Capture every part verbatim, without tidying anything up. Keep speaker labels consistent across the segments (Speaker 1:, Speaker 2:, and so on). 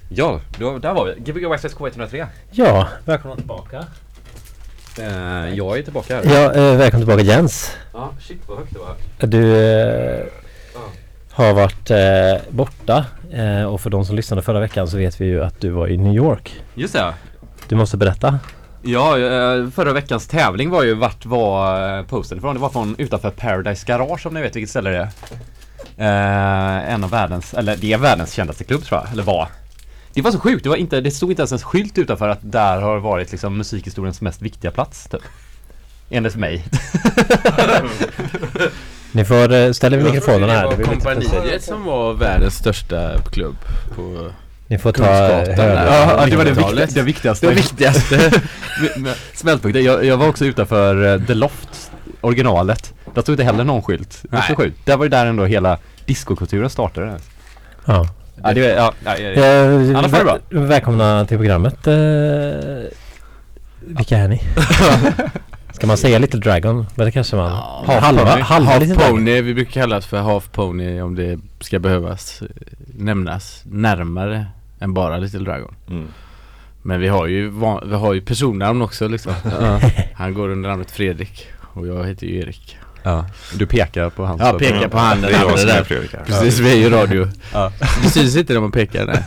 Speaker 1: Ja, då, där var vi. Gbg Access K ett noll tre.
Speaker 2: Ja, välkomna tillbaka.
Speaker 1: Uh, jag är tillbaka här.
Speaker 2: Ja, eh, välkommen tillbaka Jens.
Speaker 1: Ja, shit vad högt det var.
Speaker 2: Du eh, har varit eh, borta eh, och för de som lyssnade förra veckan så vet vi ju att du var i New York.
Speaker 1: Just det. Du
Speaker 2: måste berätta.
Speaker 1: Ja, förra veckans tävling var ju vart var posten ifrån. Det var från utanför Paradise Garage, om ni vet vilket ställe det är. Uh, en av världens, eller det är världens kändaste klubb tror jag, eller var. Det var så sjukt, det var inte, det stod inte ens en skylt utanför att där har varit liksom musikhistoriens mest viktiga plats typ. Enligt mig.
Speaker 2: Ni får uh, ställa mikrofonen här.
Speaker 3: Det var kompaniet som var världens största klubb på.
Speaker 2: Ni får ta höra.
Speaker 1: Ja, det var det, viktiga, det viktigaste.
Speaker 3: Det viktigaste.
Speaker 1: Smältpunkten. Jag, jag var också utanför uh, The Loft, originalet. Där stod inte heller någon skylt. Det var så sjukt. Där var det där ändå hela diskokulturen startade.
Speaker 2: Ja.
Speaker 1: Ja, det, ja, ja, ja,
Speaker 2: ja.
Speaker 1: Eh, Alla
Speaker 2: väl, välkomna till programmet. Eh, vilka är ni? Ska man säga Little Dragon? Men det kanske man...
Speaker 3: Ja,
Speaker 2: halva,
Speaker 3: halva,
Speaker 2: halva
Speaker 3: half pony. Vi brukar kalla det för half pony om det ska behövas eh, nämnas närmare än bara Little Dragon. Mm. Men vi har ju van, vi har ju personnamn också liksom. Ja. Han går under namnet Fredrik och jag heter ju Erik.
Speaker 1: Ja. Du pekar på hans.
Speaker 3: Ja, pekar på handen.
Speaker 4: Det är jag som är Fredrik.
Speaker 3: Precis, vi är ju radio. Ja. Det syns inte när man pekar där.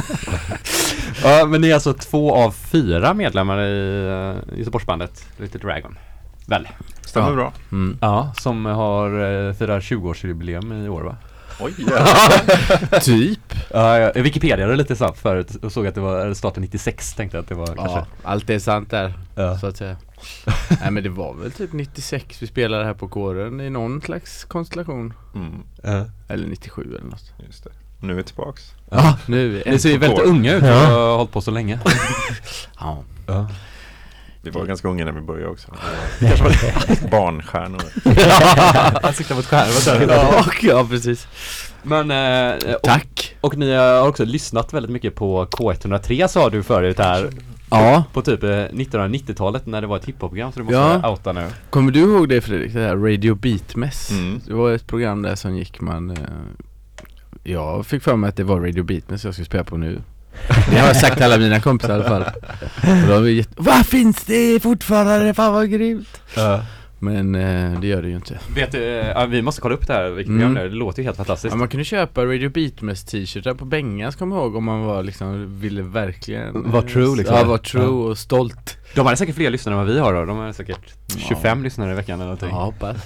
Speaker 1: Ja, men ni är alltså två av fyra medlemmar i uh, Göteborgsbandet Little Dragon. Väl?
Speaker 4: Stämmer
Speaker 1: ja.
Speaker 4: bra.
Speaker 1: Mm. Ja, som har uh, firar tjugo-årsjubileum i år, va?
Speaker 4: Oj, ja.
Speaker 3: Typ.
Speaker 1: Ja, jag Wikipedia lite snabbt förut och såg att det var starten nittiosex, tänkte att det var
Speaker 3: ja,
Speaker 1: kanske.
Speaker 3: Allt är sant där,
Speaker 1: ja.
Speaker 3: Så att säga. Nej, men det var väl typ nittiosex vi spelade här på kåren i någon slags konstellation.
Speaker 4: Mm.
Speaker 1: Uh.
Speaker 3: Eller nittiosju eller något.
Speaker 4: Just det. Nu är vi tillbaks.
Speaker 3: Ja, nu är
Speaker 1: ni ser ju väldigt
Speaker 4: kår.
Speaker 1: unga ut och ja. har hållit på så länge.
Speaker 3: Ja.
Speaker 1: Ja.
Speaker 4: Vi var ganska unga när vi började också. Barnstjärnor.
Speaker 1: Jag siktar mot stjärnor.
Speaker 3: Ja, ja, precis.
Speaker 1: Men, eh, och,
Speaker 3: tack.
Speaker 1: Och ni har också lyssnat väldigt mycket på K ett noll tre, sa du förut här.
Speaker 3: Ja.
Speaker 1: På, på typ nittonhundranittiotalet när det var ett hiphopprogram, så du måste
Speaker 3: ja.
Speaker 1: outa nu.
Speaker 3: Kommer du ihåg det, Fredrik? Det här Radio Beatmess.
Speaker 4: Mm.
Speaker 3: Det var ett program där som gick man... Eh, jag fick för mig att det var Radio Beatmess jag skulle spela på nu. Det har jag sagt till alla mina kompisar i alla fall. Och de var jätte... Vad finns det fortfarande? Fan vad grymt. Uh. Men eh, det gör det ju inte.
Speaker 1: Vet du, äh, vi måste kolla upp det här vilket mm. det. det låter ju helt fantastiskt.
Speaker 3: Ja, man kunde köpa Radio Beatmess t-shirtar på Bengas, kommer jag ihåg, om man var liksom, ville verkligen
Speaker 1: var true liksom.
Speaker 3: Ja, var true ja. Och stolt.
Speaker 1: De hade säkert fler lyssnare än vad vi har då. De har säkert tjugofem ja. lyssnare i veckan eller någonting.
Speaker 3: Ja, hoppas.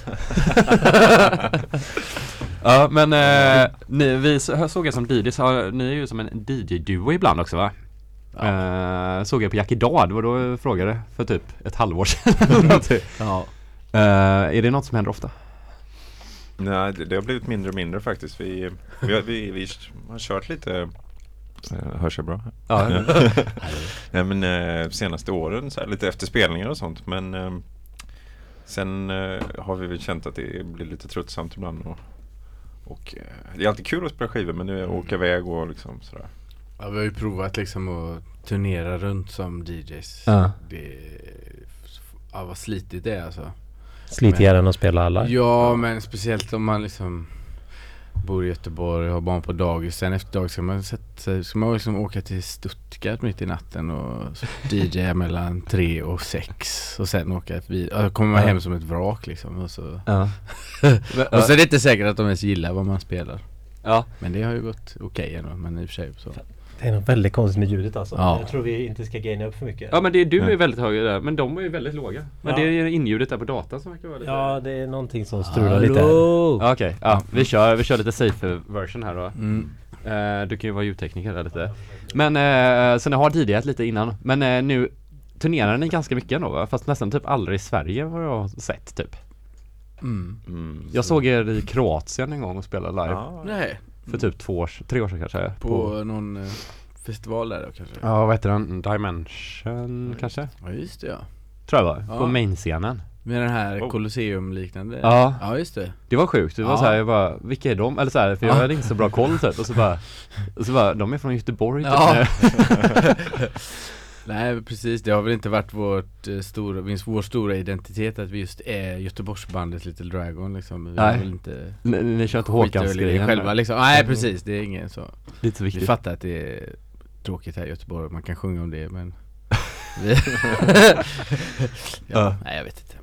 Speaker 1: Ja, men eh, ni, vi såg er som D Js. Ni är ju som en D J-duo ibland också, va? Ja. Eh, såg er på Jack idag. Det var då jag frågade för typ ett halvår sedan.
Speaker 3: Ja.
Speaker 1: Uh, är det något som händer ofta?
Speaker 4: Nej, det, det har blivit mindre och mindre faktiskt. Vi, vi, har, vi, vi har kört lite. Uh, hörs jag bra?
Speaker 1: Ja.
Speaker 4: ja, men uh, senaste åren så här, lite efter spelningar och sånt. Men uh, sen uh, har vi väl känt att det blir lite tröttsamt ibland. Och, och uh, det är alltid kul att spela skivor, men nu åka iväg och liksom sådär.
Speaker 3: Ja, vi har ju provat liksom att turnera runt som D Js.
Speaker 1: Uh.
Speaker 3: Det, ja, vad slitigt det är alltså.
Speaker 2: Slitigare än att spela alla.
Speaker 3: Ja, men speciellt om man liksom bor i Göteborg och har barn på dagis. Sen efter dag ska man, sätta, ska man liksom åka till Stuttgart mitt i natten och D J mellan tre och sex. Och sen åka vidare. Kommer man ja. hem som ett vrak liksom. Och så,
Speaker 1: ja.
Speaker 3: och så är det inte säkert att de ens gillar vad man spelar.
Speaker 1: Ja.
Speaker 3: Men det har ju gått okej okay ändå. Men i och för sig så.
Speaker 2: Det är något väldigt konstigt med ljudet alltså.
Speaker 3: Ja.
Speaker 2: Jag tror vi inte ska gaina upp för mycket.
Speaker 1: Ja, men det, du är väldigt hög där. Men de är ju väldigt låga. Men
Speaker 2: ja.
Speaker 1: det är inljudet där på datan som verkar vara lite...
Speaker 2: Ja, det är någonting som strular
Speaker 3: Hallå.
Speaker 2: lite här.
Speaker 1: Ja, okej. Okay. Ja, vi kör, vi kör lite safe version här då.
Speaker 3: Mm.
Speaker 1: Uh, du kan ju vara ljudtekniker där lite. Men uh, sen har D J:at lite innan. Men uh, nu turnerar ni ganska mycket ändå, va? Fast nästan typ aldrig i Sverige har jag sett typ.
Speaker 3: Mm.
Speaker 1: Mm. Jag såg er i Kroatien en gång och spelade live.
Speaker 4: Ah.
Speaker 3: Nej.
Speaker 1: För typ två år, tre år sedan kanske.
Speaker 3: På, på någon... Uh, festival där då kanske.
Speaker 1: Ja, vad heter den? Dimension ja, kanske?
Speaker 3: Ja, just det, ja.
Speaker 1: Tror jag var.
Speaker 3: Ja.
Speaker 1: På main-scenen.
Speaker 3: Med den här
Speaker 4: oh.
Speaker 3: Colosseum-liknande.
Speaker 1: Ja.
Speaker 3: Ja, just det.
Speaker 1: Det var sjukt. Det var
Speaker 3: ja.
Speaker 1: så här, jag bara, vilka är de? Eller så här, för jag
Speaker 3: ja.
Speaker 1: hade inte så bra koll typ. Och så bara, och så bara, de är från Göteborg typ.
Speaker 3: Ja. Nej, precis. Det har väl inte varit vårt eh, stora, vår stora identitet att vi just är Göteborgsbandet Little Dragon liksom. Vi
Speaker 1: Nej.
Speaker 3: Väl inte
Speaker 1: ni, ni kör inte Håkans grejen
Speaker 3: själva liksom. Nej, precis. Det är ingen så.
Speaker 1: Lite så viktigt.
Speaker 3: Vi fattar att det är tråkigt här i Göteborg. Man kan sjunga om det, men ja,
Speaker 1: Ja.
Speaker 3: nej jag vet inte.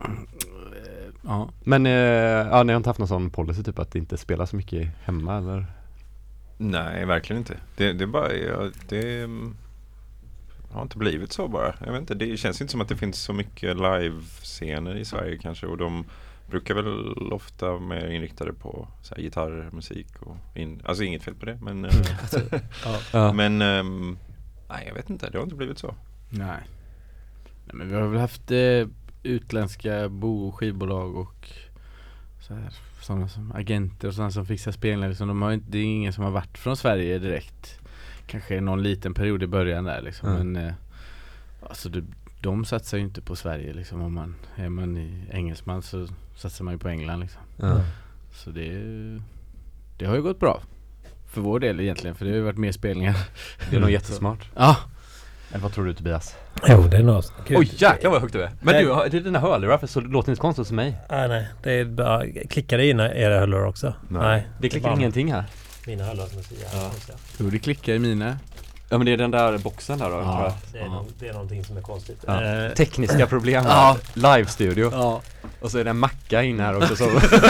Speaker 3: Ja.
Speaker 1: Men eh, ja, ni har inte haft någon sån policy typ att inte spela så mycket hemma eller?
Speaker 4: Nej, verkligen inte. Det, det är bara, ja, det mm, har inte blivit så bara. Jag vet inte, det känns inte som att det finns så mycket live-scener i Sverige kanske. Och de brukar väl ofta mer inriktade på så här, gitarr, musik och in, alltså inget fel på det. Men, eh,
Speaker 1: Ja.
Speaker 4: men ehm, nej, jag vet inte. Det har inte blivit så.
Speaker 3: Nej. Nej, men vi har väl haft eh, utländska bo- och skivbolag och så här, sådana som agenter och sådana som fixar spelningar. Liksom, de har inte, det är ingen som har varit från Sverige direkt. Kanske någon liten period i början där liksom.
Speaker 1: Mm.
Speaker 3: Men eh, alltså det, de satsar ju inte på Sverige liksom. Om man, är man i engelsman så satsar man ju på England liksom.
Speaker 1: Ja.
Speaker 3: Så det, det har ju gått bra. För vår del egentligen, för det har ju varit mer spelningar.
Speaker 1: Det är nog jättesmart.
Speaker 3: Ja.
Speaker 1: Eller vad tror du Tobias?
Speaker 2: Jo, det är något.
Speaker 1: Oj jäklar vad högt du är. Men
Speaker 2: Nej.
Speaker 1: du, har- det är dina hörlurar för så det låter inte så konstigt som mig.
Speaker 2: Ah, nej, det är bara... Klickar det in era hörlurar också?
Speaker 4: Nej.
Speaker 1: Det klickar
Speaker 2: bara
Speaker 1: ingenting här.
Speaker 2: Mina hörlurar som är så jävla
Speaker 1: Ja.
Speaker 2: konstiga.
Speaker 3: Jo, det klickar i mina.
Speaker 1: Ja men det är den där boxen där då, tror jag.
Speaker 2: Det är, no- det är någonting som är konstigt.
Speaker 1: Ja.
Speaker 2: Eh,
Speaker 1: Tekniska problem här.
Speaker 3: Ja.
Speaker 1: Live-studio.
Speaker 3: Ja.
Speaker 1: Och så är det en macka in här också. Så.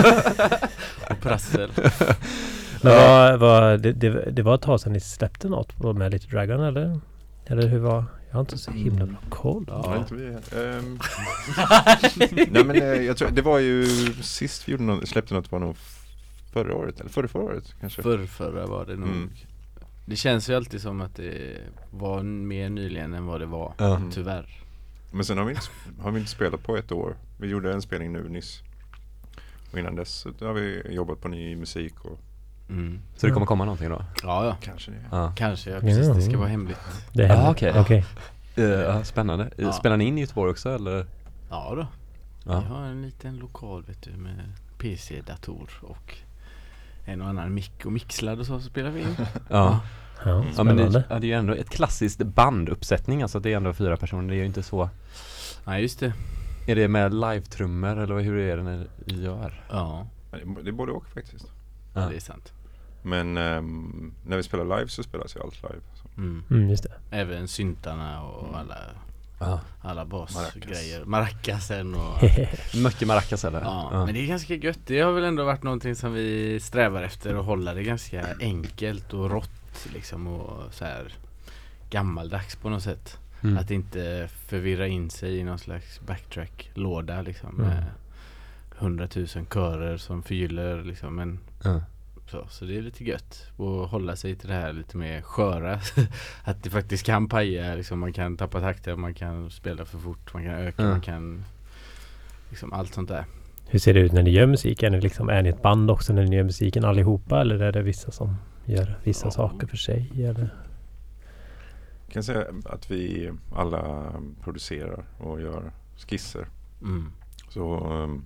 Speaker 3: Och prassel.
Speaker 2: Men vad, vad, det, det, det var ett tag sedan ni släppte något på med lite Dragon eller? Eller hur var? Jag har inte så himla bra koll.
Speaker 4: Ja, inte vi. Ehm, nej men eh, jag tror, det var ju sist vi gjorde något, släppte något var nog förra året, eller förra, förra året kanske.
Speaker 3: Förr, förra var det nog.
Speaker 4: Mm.
Speaker 3: Det känns ju alltid som att det var mer nyligen än vad det var.
Speaker 1: Ja.
Speaker 3: Tyvärr.
Speaker 4: Men sen har vi, inte, har vi inte spelat på ett år. Vi gjorde en spelning nu nyss. Och innan dess så har vi jobbat på ny musik och
Speaker 3: Mm.
Speaker 1: Så det kommer komma någonting då?
Speaker 3: Ja, ja.
Speaker 4: kanske det.
Speaker 1: Ja.
Speaker 3: Kanske, ja, precis. Det ska vara hemligt.
Speaker 2: Det är
Speaker 1: Ja,
Speaker 2: hemligt.
Speaker 1: okej.
Speaker 2: Okej.
Speaker 1: Ja, spännande.
Speaker 3: Ja.
Speaker 1: Spelar ni in i Göteborg också eller?
Speaker 3: Ja då.
Speaker 1: Ja.
Speaker 3: Vi har en liten lokal, vet du, med P C-dator och en och annan mick och mixlad och så, så spelar vi in.
Speaker 1: Ja.
Speaker 2: Ja,
Speaker 1: Ja men det,
Speaker 2: spännande.
Speaker 1: ja, det är ju ändå ett klassiskt banduppsättning, alltså det är ändå fyra personer, det är ju inte så.
Speaker 3: Ja, just det.
Speaker 1: Är det med live-trummor eller hur är det när ni gör?
Speaker 3: Ja,
Speaker 4: Men Det är både och faktiskt.
Speaker 3: ja.
Speaker 1: Ja.
Speaker 3: det är sant.
Speaker 4: Men ehm, när vi spelar live så spelas ju allt live. Så.
Speaker 3: Mm.
Speaker 2: Mm, just det.
Speaker 3: Även syntarna och alla,
Speaker 1: Ja.
Speaker 3: alla
Speaker 4: Maracas.
Speaker 3: basgrejer. Maracasen och...
Speaker 1: Mycket maracas eller?
Speaker 3: Ja, men det är ganska gött. Det har väl ändå varit någonting som vi strävar efter, att hålla det ganska enkelt och rått liksom, och så här gammaldags på något sätt.
Speaker 1: Mm.
Speaker 3: Att inte förvirra in sig i någon slags backtrack-låda liksom,
Speaker 2: Mm.
Speaker 3: med hundratusen körer som förgyller liksom, men
Speaker 1: Ja.
Speaker 3: så, så det är lite gött att hålla sig till det här lite mer sköra. Att det faktiskt kan paja liksom, man kan tappa takter, man kan spela för fort, man kan öka,
Speaker 1: Mm.
Speaker 3: man kan liksom allt sånt där.
Speaker 2: Hur ser det ut när ni gör musik? Är ni, liksom, är ni ett band också när ni gör musiken allihopa? Eller är det vissa som gör vissa
Speaker 4: Ja.
Speaker 2: saker för sig? Eller?
Speaker 4: Jag kan säga att vi alla producerar och gör skisser.
Speaker 3: Mm.
Speaker 4: Så um,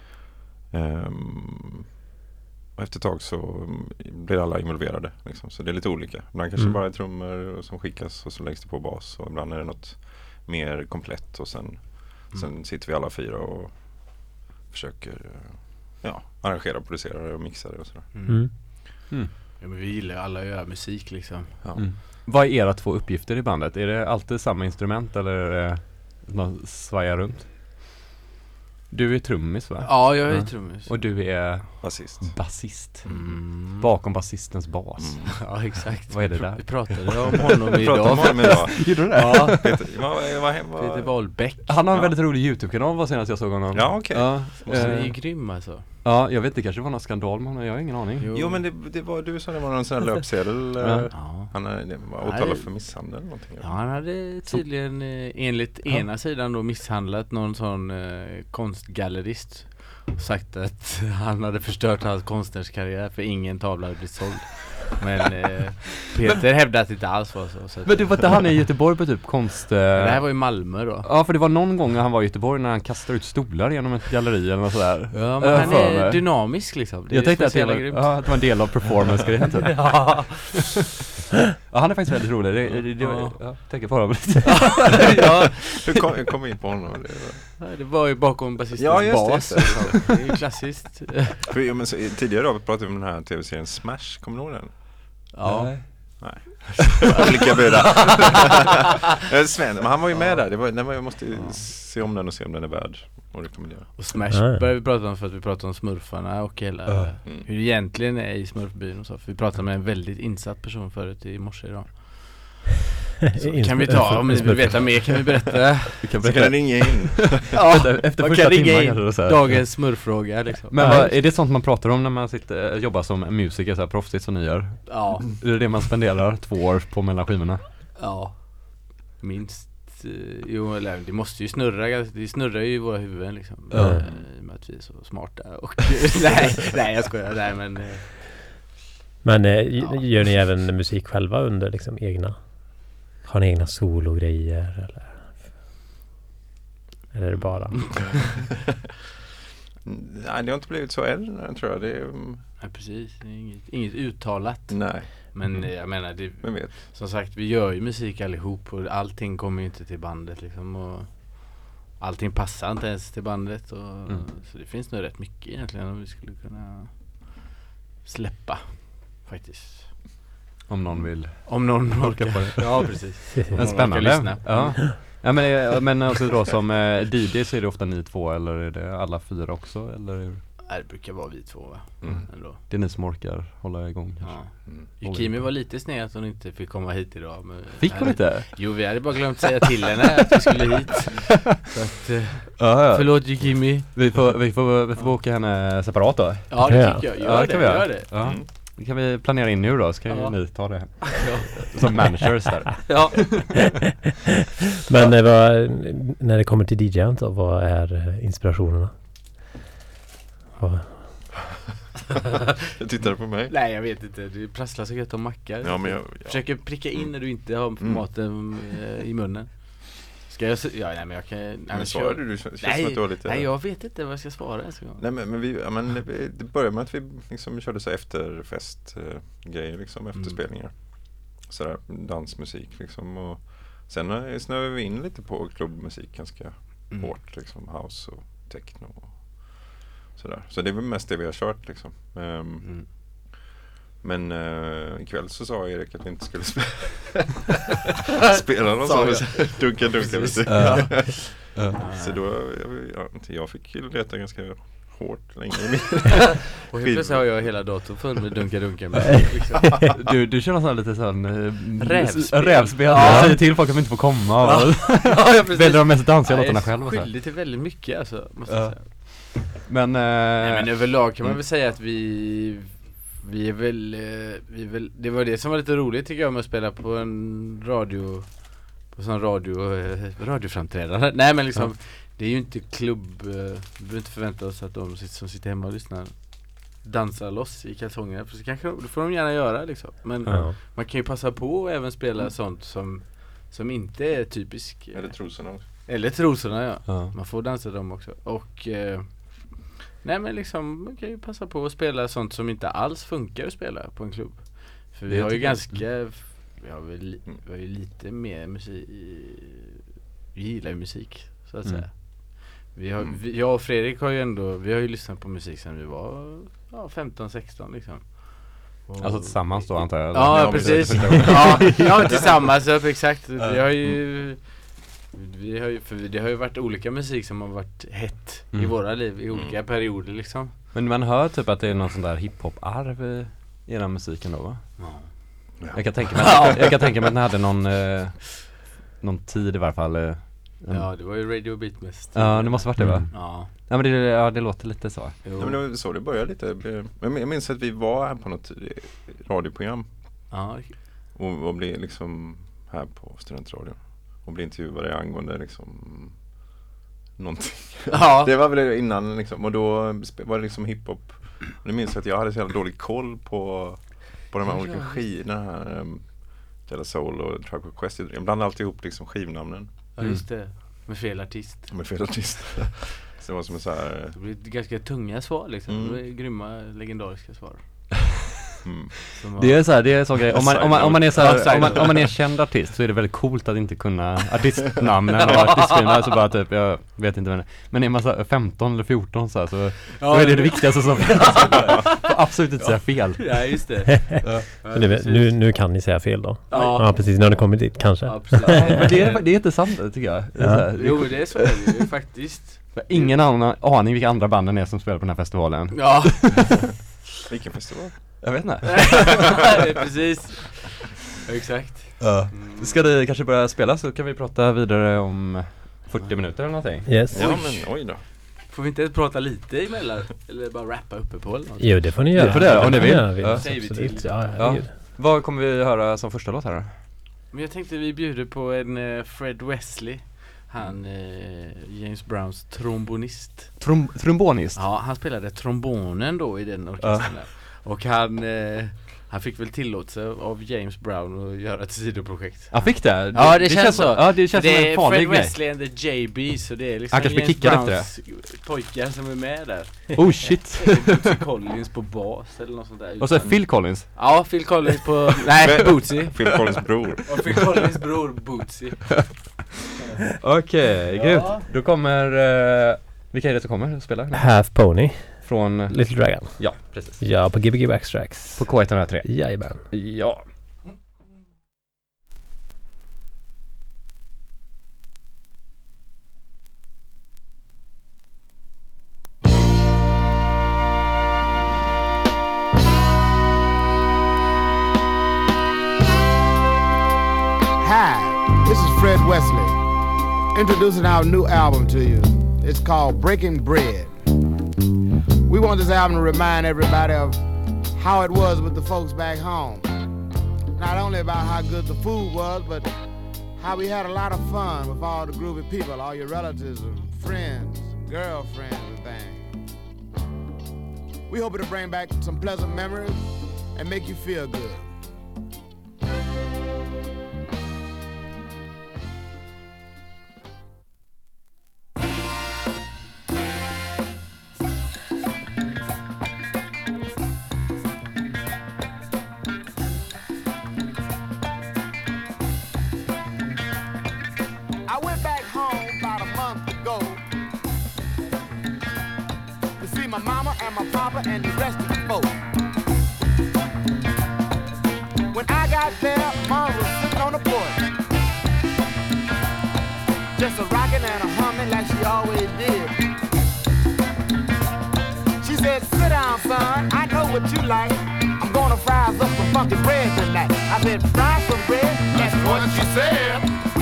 Speaker 4: um, och efter ett tag så um, blir alla involverade liksom. Så det är lite olika. Ibland kanske
Speaker 2: Mm.
Speaker 4: bara är trummor som skickas och så läggs det på bas, och ibland är det något mer komplett och sen, sen sitter vi alla fyra och försöker uh, ja, arrangera, producera och mixa det och sådär.
Speaker 3: Mm.
Speaker 2: Mm.
Speaker 3: Ja, men vi gillar ju alla att göra musik liksom.
Speaker 4: Ja.
Speaker 1: Mm. Vad är era två uppgifter i bandet? Är det alltid samma instrument eller är det man svajar runt? Du är trummis va?
Speaker 3: Ja, jag är
Speaker 1: Ja.
Speaker 3: trummis.
Speaker 1: Och du är
Speaker 4: Basist.
Speaker 1: basist.
Speaker 3: Mm.
Speaker 1: Bakom basistens bas.
Speaker 4: Mm.
Speaker 3: Ja, exakt.
Speaker 1: Vad är det där?
Speaker 3: Vi pratade om honom
Speaker 4: Vi pratar om
Speaker 3: idag.
Speaker 4: honom idag.
Speaker 1: Gjorde du det?
Speaker 3: Ja,
Speaker 4: Peter, vad, vad, vad,
Speaker 3: Peter Wahlbeck.
Speaker 1: Han har en
Speaker 4: Ja.
Speaker 1: väldigt rolig YouTube-kanal var senast jag såg honom.
Speaker 4: Ja, okej.
Speaker 1: Ja,
Speaker 3: Han är ju
Speaker 1: eh,
Speaker 3: grym alltså.
Speaker 1: ja, jag vet inte, det kanske var någon skandal med honom, jag har ingen aning.
Speaker 4: Jo, men det, det var du sa det var någon sån här löpsedel.
Speaker 1: Ja.
Speaker 4: eh,
Speaker 3: Ja.
Speaker 4: Han är det var
Speaker 3: Nej.
Speaker 4: åtalad för misshandel eller någonting.
Speaker 3: Ja, han hade tydligen eh, enligt
Speaker 1: Ja.
Speaker 3: ena sidan då misshandlat någon sån eh, konstgallerist. Sagt att han hade förstört hans konstnärskarriär för ingen tavla hade blivit såld. Men eh, Peter hävdade att det inte alls var så. så att,
Speaker 1: Men det var inte han i Göteborg på typ konst... eh,
Speaker 3: det här var i Malmö då.
Speaker 1: Ja, för det var någon gång när han var i Göteborg när han kastade ut stolar genom ett galleri eller något sådär.
Speaker 3: Ja, men
Speaker 1: Jag
Speaker 3: han
Speaker 1: för
Speaker 3: är
Speaker 1: mig.
Speaker 3: dynamisk liksom. Det är
Speaker 1: Jag tänkte
Speaker 3: det
Speaker 1: att
Speaker 3: som
Speaker 1: det,
Speaker 3: är så
Speaker 1: var,
Speaker 3: jävla grymt.
Speaker 1: ja, att det var en del av performance-grejen typ.
Speaker 3: Ja.
Speaker 1: Ja, han är faktiskt väldigt rolig. Det, det, det,
Speaker 3: Ja.
Speaker 1: ja, tänker på honom lite.
Speaker 3: Ja,
Speaker 4: Hur kom, jag kom in på honom? Det var,
Speaker 3: det var ju bakom basistens
Speaker 4: Ja, just det,
Speaker 3: bas.
Speaker 4: just det.
Speaker 3: liksom. Det är ju klassiskt.
Speaker 4: för, ja, men så, tidigare då pratade vi om den här tv-serien Smash, kommer du ihåg den?
Speaker 3: Ja.
Speaker 1: Nej.
Speaker 4: Nej. Olika bud. Sven, men han var ju med där. Det var, nej, jag måste ja. se om den och se om den är värd att rekommendera.
Speaker 3: Och Smash ja. började vi prata om för att vi pratade om smurfarna och hela mm. hur det egentligen är i smurfbyn och så. För vi pratade med en väldigt insatt person förut i morse idag. Så kan vi ta, om ni vill veta mer kan vi berätta.
Speaker 4: Vi kan berätta. Så kan ringa in.
Speaker 3: Ja, efter första timmen dagens smurfråga liksom.
Speaker 1: Men vad, är det sånt man pratar om när man sitter, jobbar som musiker så här proffsigt som ni gör?
Speaker 3: Ja.
Speaker 1: Är det det man spenderar två år på mellan skivorna?
Speaker 3: Ja. Minst. Jo, eller det måste ju snurra. Det snurrar ju i våra huvuden liksom. Mm. I och med att vi är så smarta och nej, nej jag skojar. Nej, men
Speaker 2: Men eh, ja. gör ni även musik själva under liksom egna? Har ni egna sologrejer eller? Eller är det bara?
Speaker 4: Nej, det har inte blivit så än, tror jag. Det är,
Speaker 3: nej, precis. Det är inget, inget uttalat.
Speaker 4: Nej.
Speaker 3: Men mm. jag menar, det,
Speaker 4: Vem vet?
Speaker 3: som sagt, vi gör ju musik allihop och allting kommer ju inte till bandet liksom. Och allting passar inte ens till bandet. Och, mm. Så det finns nog rätt mycket egentligen om vi skulle kunna släppa faktiskt.
Speaker 1: Om någon vill.
Speaker 3: Om någon orkar på det. Ja, precis.
Speaker 1: Men spännande. Ja. Ja, men, men också då som eh, D J så är det ofta ni två eller är det alla fyra också? Eller?
Speaker 3: Nej, det brukar vara vi två va?
Speaker 1: Mm.
Speaker 3: Ändå. Det
Speaker 1: är ni som orkar hålla igång kanske.
Speaker 3: Ja. Mm. Kimi var lite sned att hon inte fick komma hit idag. Men
Speaker 1: fick hon inte?
Speaker 3: Jo, vi hade bara glömt säga till henne att vi skulle hit. Så att, eh,
Speaker 1: ja, ja.
Speaker 3: förlåt Kimi.
Speaker 1: Vi får, vi får, vi får boka henne separat då.
Speaker 3: Ja, det tycker jag. Gör
Speaker 1: ja,
Speaker 3: det,
Speaker 1: kan vi
Speaker 3: gör det.
Speaker 1: Ja. Mm. Det kan vi planera in nu då, så kan ja. ni ta det
Speaker 3: ja.
Speaker 1: som managers där.
Speaker 3: Ja.
Speaker 2: Men ja. Vad, när det kommer till D J då, vad är inspirationerna? Vad?
Speaker 4: Jag tittar på mig.
Speaker 3: Nej, jag vet inte. Du prasslar så gött om mackar.
Speaker 4: Ja, men jag, ja.
Speaker 3: Försöker pricka in när du inte har mm. maten eh, i munnen. Ska jag ja, nej, men jag kan nej,
Speaker 4: men svarar du, du känns
Speaker 3: nej,
Speaker 4: som att du har lite.
Speaker 3: Nej, jag vet inte vad jag ska svara ens.
Speaker 4: Nej, men, men vi ja, men det började med att vi liksom körde så efterfest eh, grejer liksom efterspelningar. Mm. Så där dansmusik liksom och sen snöade vi in lite på klubbmusik ganska mm. hårt liksom house och techno och sådär. Så det är väl mest det vi har kört liksom. Um, mm. Men uh, ikväll så sa Erik att vi inte skulle spela spela någon sån dunka dunka musik. Uh. Uh. Så då jag, jag fick leta ganska hårt länge i min
Speaker 3: och helt plötsligt har jag hela datorn full med dunka dunka
Speaker 1: liksom. du, du kör någon sån lite sån uh,
Speaker 3: rävspel,
Speaker 1: rävspel. Ja. Säger till folk att de inte får komma ja. ja, väljer de mest dansiga låtarna själva.
Speaker 3: Jag är skyldig till väldigt mycket alltså, måste jag
Speaker 1: uh.
Speaker 3: säga.
Speaker 1: Men, uh,
Speaker 3: nej, men överlag kan man väl säga att vi vi är väl, vi är väl det var det som var lite roligt tycker jag med att spela på en radio på sån radio radioframträdande. Nej men liksom ja. Det är ju inte klubb, vi behöver inte förvänta oss att de som sitter hemma och lyssnar dansar loss i kalsongerna, för så kanske det får de gärna göra liksom. Men ja. Man kan ju passa på att även spela mm. sånt som som inte är typisk.
Speaker 4: Eller trosorna också.
Speaker 3: Eller trosorna ja. ja. Man får dansa dem också. Och eh, nej men liksom man kan ju passa på att spela sånt som inte alls funkar att spela på en klubb. För vi har ju ganska mm. vi har väl vi har ju lite mer musik, vi gillar ju musik så att mm. säga. Vi har mm. vi, jag och Fredrik har ju ändå vi har ju lyssnat på musik sedan vi var ja, femton sexton liksom.
Speaker 1: Och alltså tillsammans då antar jag.
Speaker 3: Ja, precis. ja, ja, tillsammans ja, exakt. Vi har ju vi har ju för det har ju varit olika musik som har varit hett mm. i våra liv i olika mm. perioder liksom.
Speaker 1: Men man hör typ att det är någon sån där hiphop-arv i era musiken då va? Ja. Ja. Jag kan tänka mig att, jag kan tänka mig att ni hade någon eh, någon tid i varje fall. Eh,
Speaker 3: ja, det var ju Radio Beat mest.
Speaker 1: Ja, det måste varit det va?
Speaker 3: Mm. Ja.
Speaker 1: Ja, men det, ja, det låter lite så.
Speaker 4: Ja, men det var så det började lite. Jag minns att vi var här på något radioprogram.
Speaker 3: Ja.
Speaker 4: Och, och blev liksom här på Studentradion. Och blev intervjuade angående liksom någonting.
Speaker 3: Ja.
Speaker 4: Det var väl innan liksom. Och då var det liksom hiphop. Och jag minns att jag hade så jävla dålig koll på på de här olika skivorna här. Um, Jella Soul och Tribe Called Quest. Jag blandade alltid ihop liksom skivnamnen.
Speaker 3: Ja, just det. Med fel artist.
Speaker 4: Med fel artist. Så det var som en så här...
Speaker 3: Det blev ganska tunga svar liksom. Mm. Det var grymma, legendariska svar.
Speaker 4: Mm.
Speaker 1: Det är så här, det är så grej. Om man, om man, om man är så här,
Speaker 3: Side
Speaker 1: om man,
Speaker 3: note.
Speaker 1: om man är känd artist så är det väldigt coolt att inte kunna artistnamnen och artistfilmer, så bara typ, jag vet inte vad det är. Men är man så här femton eller fjorton så här, så då är det det viktigaste som finns. Får absolut inte säga fel.
Speaker 3: Ja, just det.
Speaker 2: Så det, nu, nu kan ni säga fel då.
Speaker 3: Ja.
Speaker 2: Ja, precis. När det kommer dit kanske.
Speaker 3: Absolut.
Speaker 1: Men det är, det är inte sant tycker jag. Det är
Speaker 2: Ja.
Speaker 1: så här, det är
Speaker 3: Jo, det är så är det ju faktiskt.
Speaker 1: ingen annan aning vilka andra banden är som spelar på den här festivalen.
Speaker 3: Ja,
Speaker 4: Vilken festival?
Speaker 1: Jag vet inte.
Speaker 3: det är precis. Exakt.
Speaker 1: Ja. Ska det kanske börja spela så kan vi prata vidare om fyrtio minuter eller någonting.
Speaker 2: Yes.
Speaker 4: Ja, men oj då.
Speaker 3: Får vi inte ens prata lite emellan? Eller bara rappa uppe på eller något?
Speaker 2: Jo, det får ni göra.
Speaker 1: Det får det, om ni vill.
Speaker 2: Ja,
Speaker 1: Ja.
Speaker 3: Säger vi
Speaker 2: absolut.
Speaker 3: till.
Speaker 2: Ja,
Speaker 1: Ja.
Speaker 2: herregud.
Speaker 1: Vad kommer vi höra som första låt här då?
Speaker 3: Men jag tänkte vi bjuder på en uh, Fred Wesley. Han, uh, James Browns trombonist.
Speaker 1: Trom- trombonist?
Speaker 3: Ja, han spelade trombonen då i den orkestern där. Och han, uh, han fick väl tillåtelse av James Brown att göra ett sidoprojekt.
Speaker 1: Han fick det?
Speaker 3: Ja, det känns så.
Speaker 1: Ja, det känns
Speaker 3: det
Speaker 1: som
Speaker 3: är
Speaker 1: en farlig
Speaker 3: Fred
Speaker 1: grej.
Speaker 3: Wesley and the J B, så det är liksom
Speaker 1: Han kanske blir
Speaker 3: James
Speaker 1: kickad efter
Speaker 3: Browns pojkar som är med där.
Speaker 1: Oh shit.
Speaker 3: Bootsy Collins på bas eller något sånt där.
Speaker 1: Och så är Phil Collins.
Speaker 3: Ja, Phil Collins på... Nej, Bootsy.
Speaker 4: Phil Collins bror.
Speaker 3: Och Phil Collins bror Bootsy.
Speaker 1: Okej,
Speaker 3: Ja.
Speaker 1: gud. Då kommer, uh, vilka är det som kommer att spela?
Speaker 2: Half Pony,
Speaker 1: Från,
Speaker 2: Little Dragon.
Speaker 1: ja precis.
Speaker 2: Ja, på Gbg Backstracks.
Speaker 1: På K ett noll tre.
Speaker 2: Jajamän.
Speaker 1: Ja.
Speaker 5: Hi, this is Fred Wesley, introducing our new album to you. It's called Breaking Bread. We want this album to remind everybody of how it was with the folks back home. Not only about how good the food was, but how we had a lot of fun with all the groovy people, all your relatives and friends, girlfriends and things. We hope it'll bring back some pleasant memories and make you feel good. I went back home about a month ago to see my mama and my papa and the rest of the folks. When I got there, mama was sitting on the porch, just a rocking and a humming like she always did. She said, "Sit down, son, I know what you like. I'm gonna fry us up some funky bread tonight." I said, "Fry some bread?" That's what she said.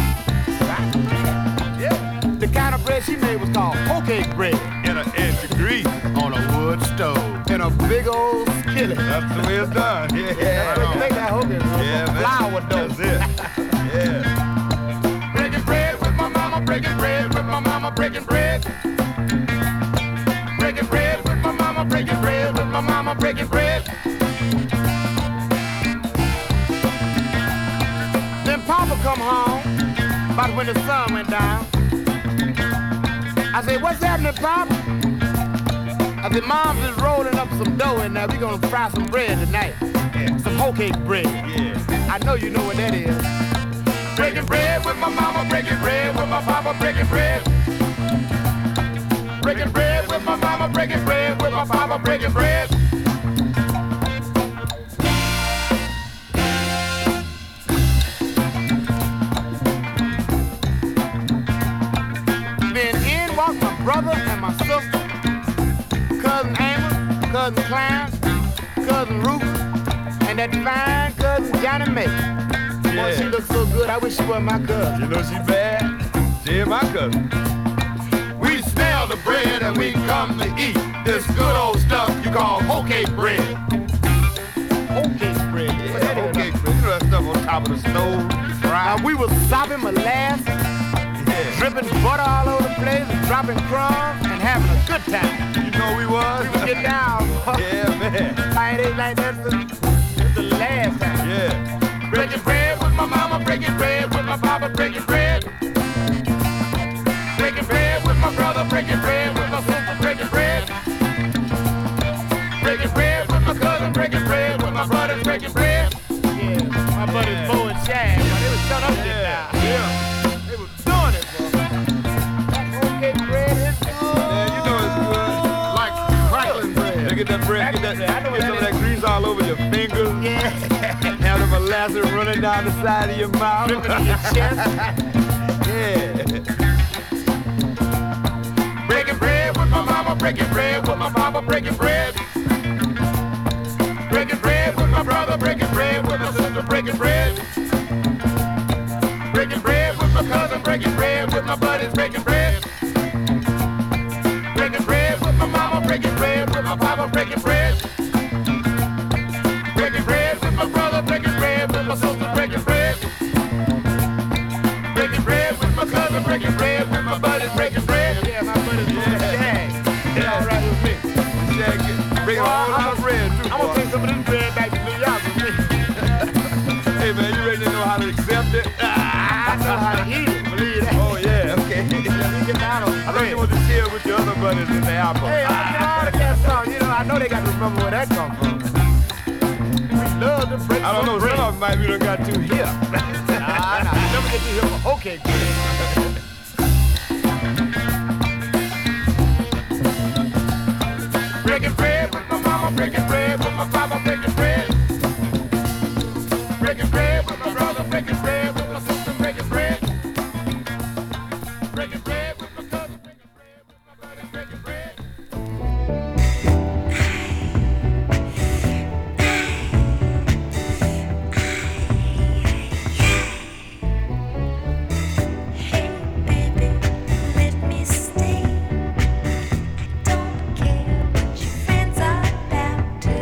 Speaker 5: Yeah. The kind of bread she made was called hoe cake bread.
Speaker 6: In an inch of grease on a wood stove.
Speaker 5: In a big old skillet.
Speaker 6: That's the way it's done. Yeah,
Speaker 5: Yeah,
Speaker 6: right on.
Speaker 5: make that hoe cake bread.
Speaker 6: Yeah, man.
Speaker 5: Flour dough.
Speaker 6: That's it. Yeah.
Speaker 5: Breaking bread with my mama, breaking bread with my mama, breaking bread. Breaking bread with my mama, breaking bread with my mama, breaking bread. Then Papa come home, about when the sun went down. I said, "What's happening, Papa?" I said, "Mom's just rolling up some dough in there. We gonna fry some bread tonight. Some hoe cake bread."
Speaker 6: Yeah.
Speaker 5: I know you know what that is. Breaking bread with my mama, breaking bread with my papa, breaking bread. Breaking bread with my mama, breaking bread with my papa, breaking bread. Then in walked my brother and my sister, cousin Amos, cousin Clarence, cousin Ruth, and that fine cousin Johnny May. Boy,
Speaker 6: Yeah.
Speaker 5: she looks so good. I wish she was my cousin.
Speaker 6: You know she bad? She ain't my cousin.
Speaker 5: We smell the bread and we come to eat this good old stuff you call hoe cake bread. Hoe cake bread.
Speaker 6: Yeah,
Speaker 5: What that is?
Speaker 6: okay, Chris. You know that stuff on top of the stove.
Speaker 5: Now
Speaker 6: Right?
Speaker 5: we was sopping molasses,
Speaker 6: Yeah.
Speaker 5: dripping butter all over the place, dropping crumbs, and having a good time.
Speaker 6: You know we was?
Speaker 5: We would get down.
Speaker 6: Yeah, man.
Speaker 5: I ain't like that since since the last time.
Speaker 6: Yeah.
Speaker 5: Breaking bread with my mama, breaking bread with my papa, breaking bread. Breaking bread with my brother, breaking bread with my sister, breaking bread. Breaking bread with my cousin, breaking bread with my brother.
Speaker 6: molasses running down the side of your mouth.
Speaker 5: Dripping in your chest.
Speaker 6: Yeah. Breaking bread with my mama, breaking bread with my mama, breaking bread. Breaking bread with my brother, breaking bread with my sister, breaking bread. Breaking bread with my cousin, breaking bread with my buddies, breaking bread. Breaking bread with my mama, breaking bread with my papa, breaking bread. Breaking bread with my brother, breaking bread with my sister, breaking bread. Breaking bread with my cousin, breaking bread with my buddies, breaking bread.
Speaker 5: Yeah, my buddy's doing
Speaker 6: Yeah.
Speaker 5: shag.
Speaker 6: Yeah.
Speaker 5: All right with me.
Speaker 6: Shag it. Bring
Speaker 5: Well,
Speaker 6: all
Speaker 5: I'm
Speaker 6: my
Speaker 5: gonna-
Speaker 6: bread too,
Speaker 5: I'm gonna
Speaker 6: boy.
Speaker 5: take some of this bread back to New York with me.
Speaker 6: Hey man, you ready to know how to accept it?
Speaker 5: I know how to eat it, believe that.
Speaker 6: Oh yeah, okay.
Speaker 5: You get down on
Speaker 6: I thought
Speaker 5: bread.
Speaker 6: you want to chill with your other buddies in the apple.
Speaker 5: Hey, I know all the cat songs. You know, I know they got to remember where that come from. We love to break
Speaker 6: I don't know,
Speaker 5: some
Speaker 6: some of them might be done got too hip.
Speaker 5: Nah, nah, never get too hip for okay bread.
Speaker 6: Breaking bread with my mama, breaking bread with my papa, breaking bread. Breaking bread with my brother, breaking bread with my sister, breaking bread. Breaking bread with my cousin, breaking bread with my buddy, breaking bread.
Speaker 7: Hey baby, let me stay. I don't care what your friends are about to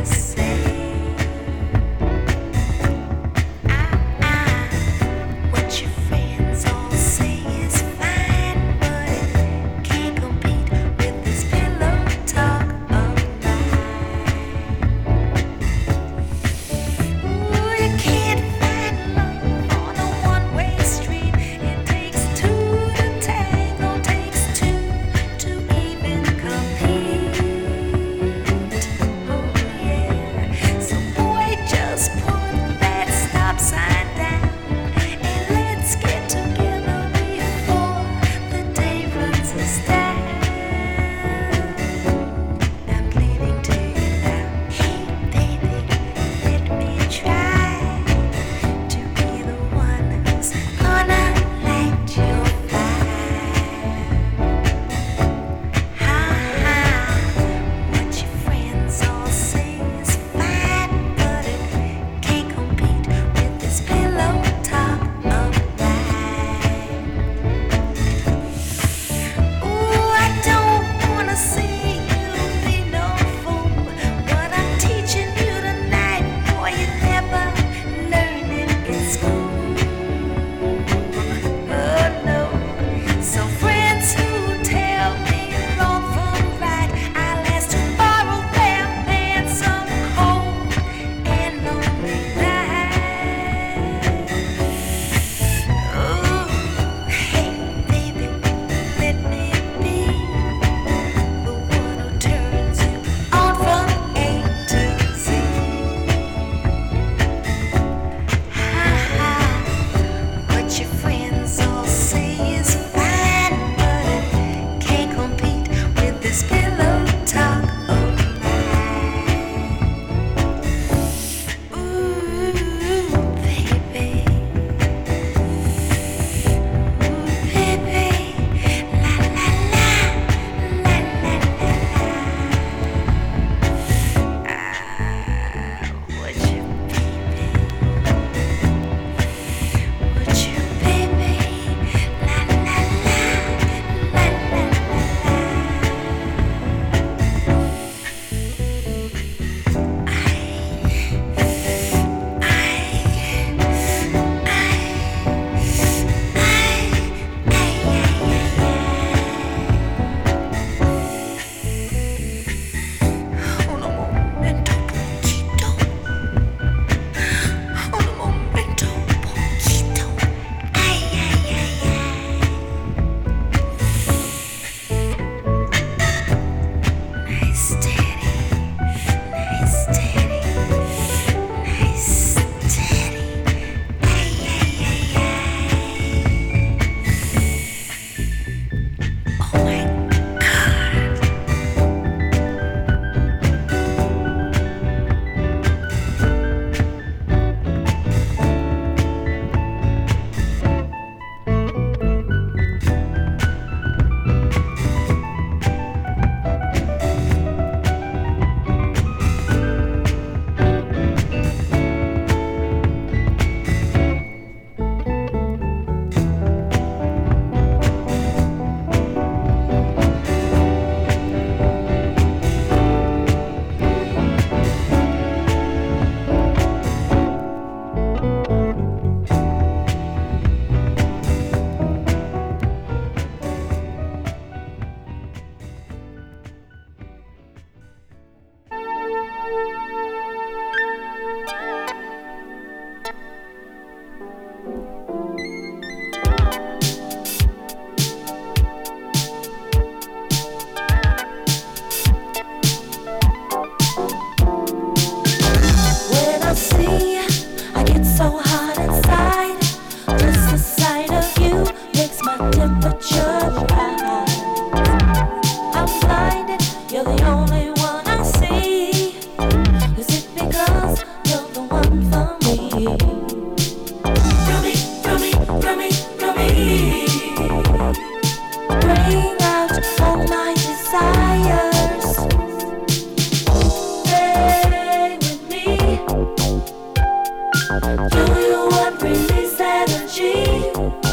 Speaker 7: Do you want release energy?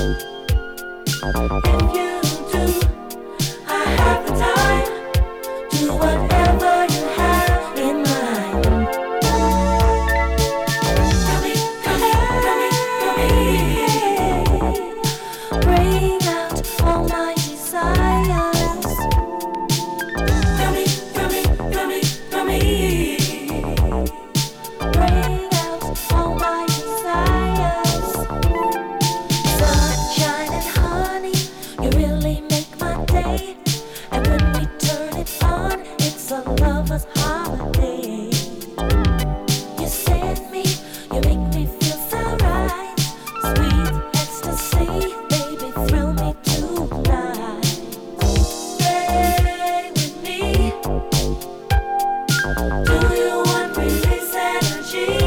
Speaker 7: If you do, I have the time. Do whatever you have in mind. Come me, come me, come me, come me. Bring out all my desires. Come me, come me, come me, come me. Bring out all my desires. Sunshine and honey, you really make my day. And when we turn it on, it's a lover's holiday. You send me, you make me feel so right. Sweet ecstasy, baby, thrill me tonight. Stay with me. Do you want release energy?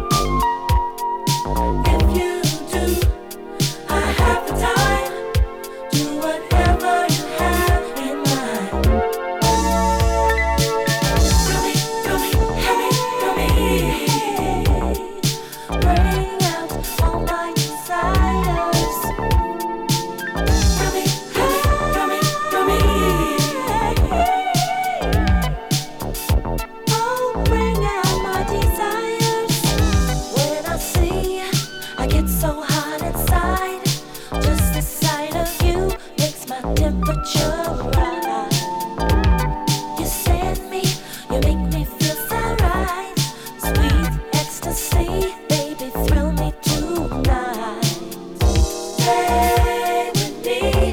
Speaker 7: If you do, I have the time. Do whatever you have in mind. Do me, do me, do me, do me. Bring out all my desires. Do me, do me, do me, do me. Oh, bring out my desires. When I see, I get so hot inside. Just the sight of you makes my temperature rise. You send me, you make me feel so right. Sweet ecstasy, baby, thrill me tonight. Stay with me.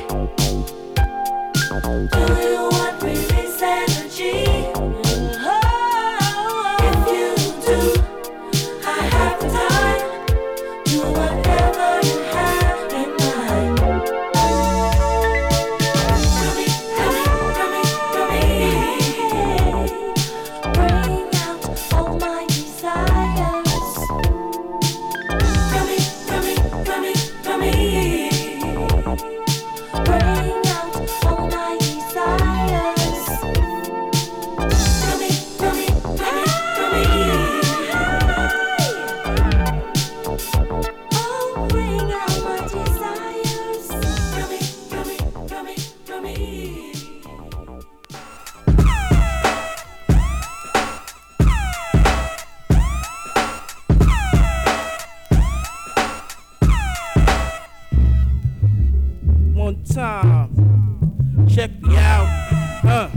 Speaker 7: Do you want release energy? Oh, if you do, I have the time. Do whatever you have in mind. Do me, do me, do me, do me. Bring out all my desires. Do me, do me, do me, do me. Bring out all my desires. Do me, do me, do me, do me. Oh, bring out my desires. Do me, do me, do me, do me.
Speaker 8: One time, check me out, huh?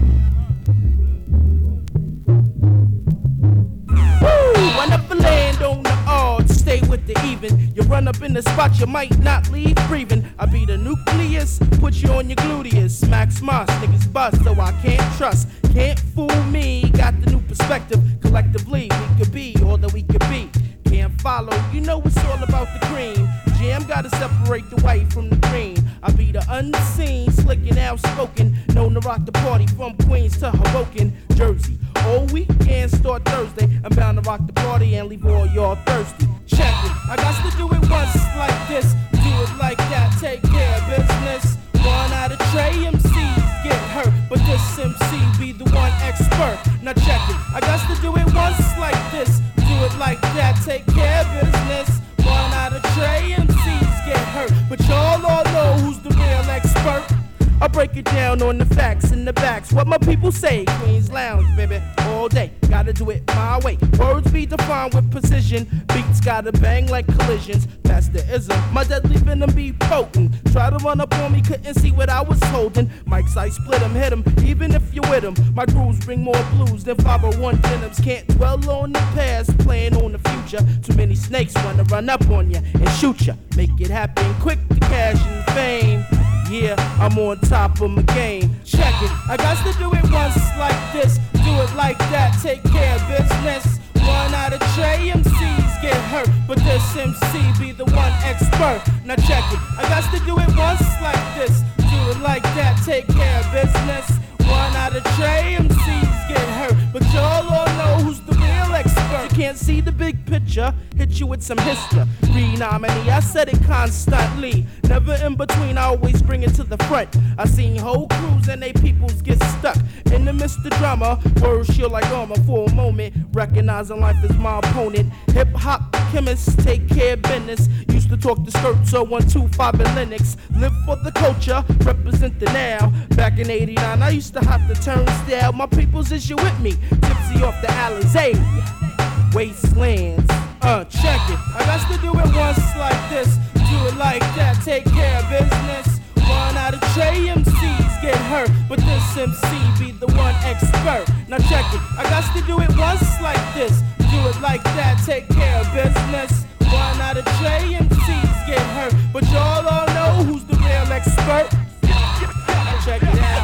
Speaker 8: Woo! Run up and land on the odds, stay with the even. You run up in the spot, you might not leave breathing. I be the nucleus, put you on your gluteus. Smack smosh, niggas bust, so I can't trust. Can't fool me, got the new perspective. Collectively, we could be all that we could be. Can't follow, you know it's all about the cream. Jam gotta separate the white from the green. I be the unseen, slick and outspoken. Known to rock the party from Queens to Hoboken, Jersey. All weekend start Thursday. I'm bound to rock the party and leave all y'all thirsty. Check it, I got to do it once like this. Do it like that, take care of business. One out of Trey M Cs get hurt, but this M C be the one expert. Now check it, I got to do it once like this. Do it like that, take care of business. One out of Trey M Cs get hurt, but y'all all know who's the real expert. I break it down on the facts and the backs. What my people say, Queens Lounge, baby, all day. Gotta do it my way. Words be defined with precision. Beats gotta bang like collisions. That's the ism. My deadly venom be potent. Try to run up on me, couldn't see what I was holding. Mike's I split 'em, hit 'em, even if you're with 'em. My grooves bring more blues than five oh one denims. Can't dwell on the past, playing on the future. Too many snakes wanna run up on ya and shoot ya. Make it happen quick to cash and fame. Yeah, I'm on top of my game. Check it, I got to do it once like this. Do it like that, take care of business. One out of Trey M Cs get hurt, but this M C be the one expert. Now check it, I got to do it once like this. Do it like that, take care of business. One out of Trey M Cs get hurt, but y'all all know who's the real expert. You can't see the big picture, hit you with some history. Re-nominee, I said it constantly. Never in between, I always bring it to the front. I seen whole crews and they peoples get stuck in the midst of drama. Words shield like armor for a moment, recognizing life as my opponent. Hip hop chemists take care of business. Used to talk the skirts, so one, two, five and Linux. Live for the culture, represent the now. Back in eighty-nine, I used to hop the turnstile. My peoples, is you with me? Tipsy off the Alizé. Wastelands, uh, check it. I got to do it once like this, do it like that, take care of business. One out of J M Cs get hurt, but this M C be the one expert. Now check it, I got to do it once like this, do it like that, take care of business. One out of J M Cs get hurt, but y'all all know who's the real expert. Check it out.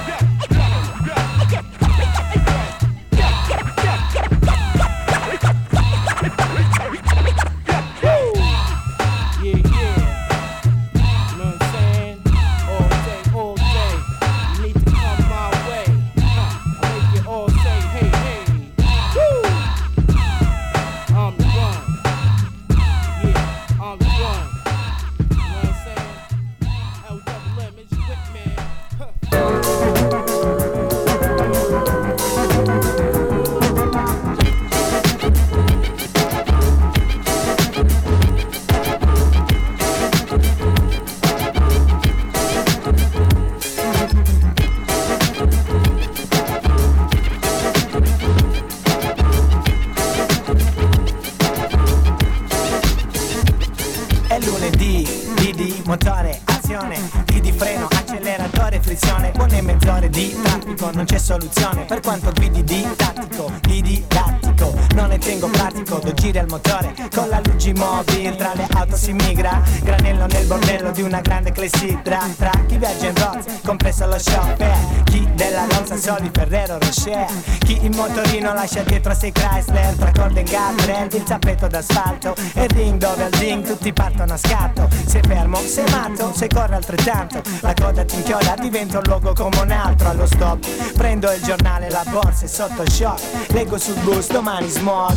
Speaker 9: motore, azione, T di freno, acceleratore, frizione, buone mezz'ore di traffico, non c'è soluzione, per quanto guidi di tattico, di didattico, non ne tengo pratico, do giri al motore, con la luce mobile, tra le auto si migra, granello nel bordello di una grande clessidra, tra chi viaggia in Rolls, compreso lo chauffeur, chi della Rolls a soli Ferrero Rocher, chi il motorino lascia dietro a sei Chrysler, tra corde in guardrail, il tappeto d'asfalto, e il ring dove al ding tutti partono a scatto, sei fermo, sei matto, se corre altrettanto, la coda ti inchioda, diventa un luogo come un altro, allo stop, prendo il giornale, la borsa è sotto shock, leggo sul bus, domani smog.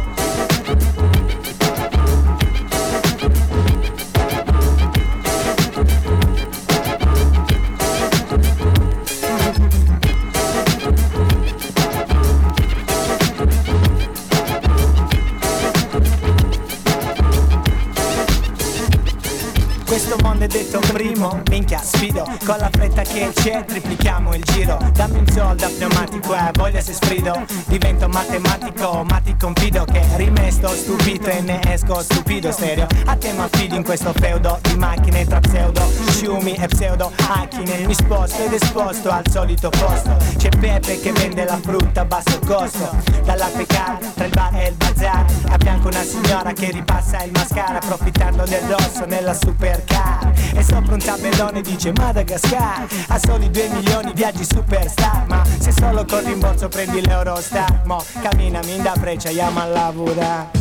Speaker 9: Questo mondo è detto primo, minchia sfido, con la fretta che c'è triplichiamo il giro, dammi un soldo a pneumatico e voglia se sfrido, divento matematico, ma ti confido che rimesto stupito e ne esco stupido stereo, a te m'affido in questo feudo di macchine tra pseudo, sciumi e pseudo macchine, mi sposto ed esposto al solito posto, c'è Pepe che vende la frutta a basso costo, dalla peccara tra il bar e il bazar, a fianco una signora che ripassa il mascara approfittando del rosso nella super e sopra un tabellone dice Madagascar, a soli due milioni viaggi superstar, ma se solo con rimborso prendi l'Eurostar, mo camminami in da Breccia, andiamo a lavorare.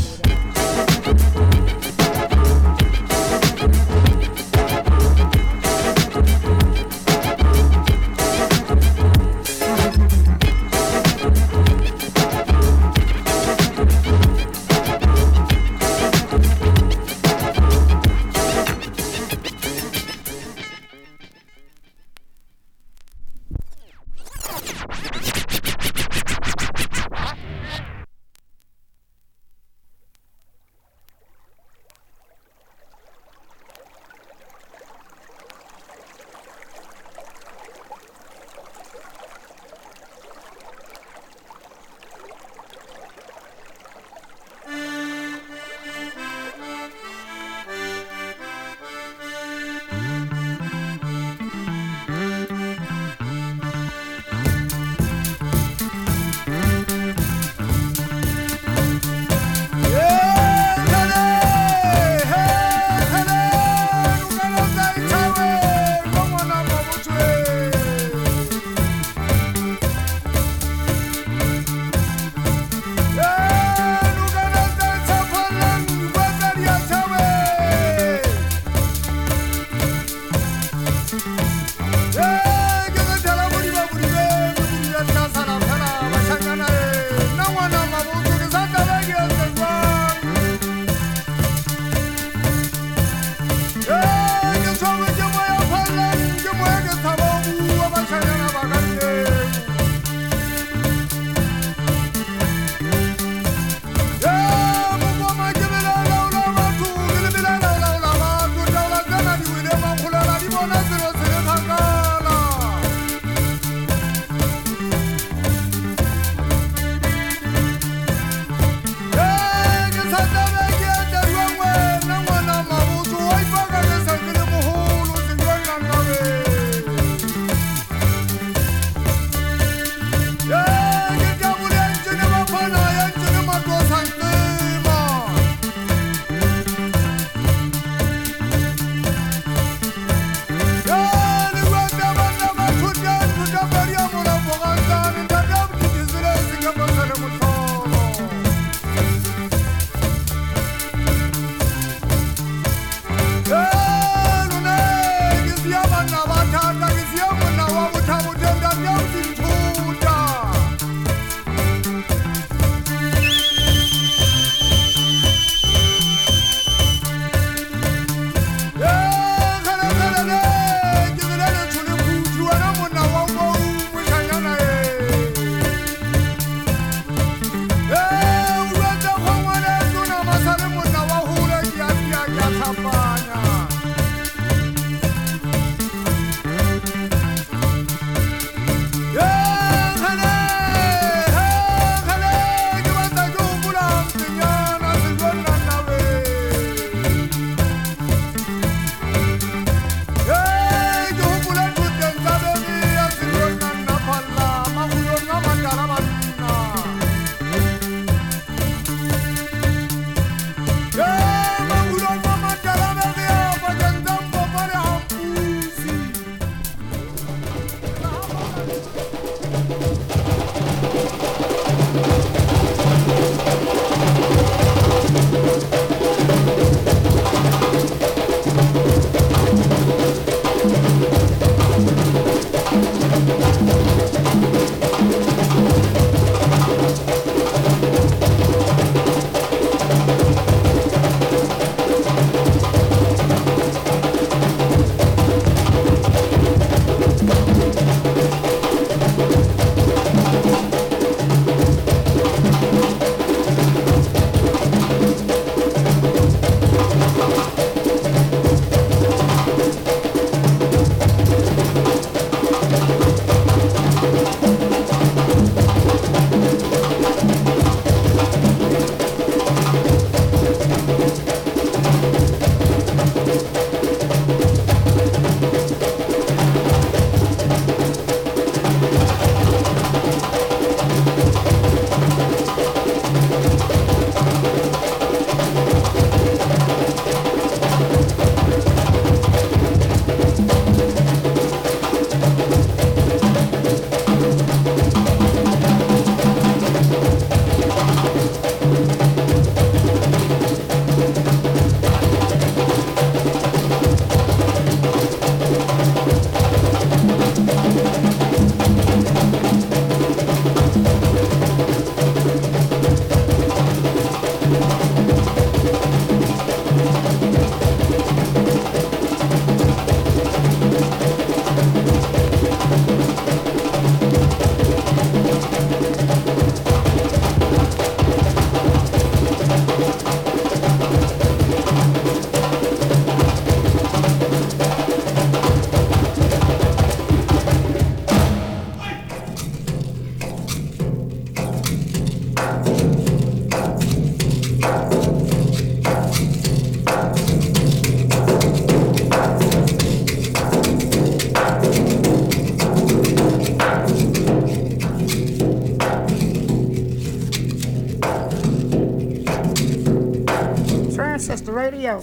Speaker 10: Transistor radio.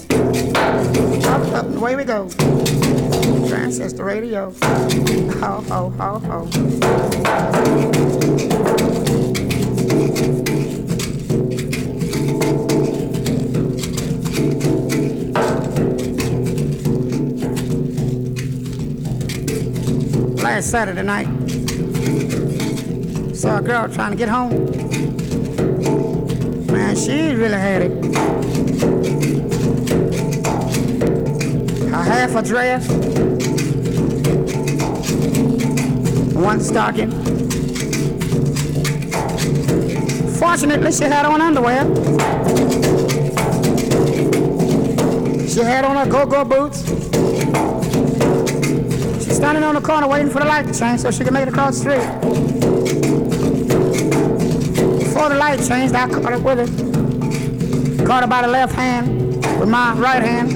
Speaker 10: Up, up, and away we go. Transistor radio. Ho, ho, ho, ho. Last Saturday night, saw a girl trying to get home. Man, she really had it. Her half a dress, one stocking. Fortunately, she had on underwear. She had on her go-go boots. She's standing on the corner waiting for the light to change so she can make it across the street. Before the light changed, I caught up with her. Caught her by the left hand with my right hand.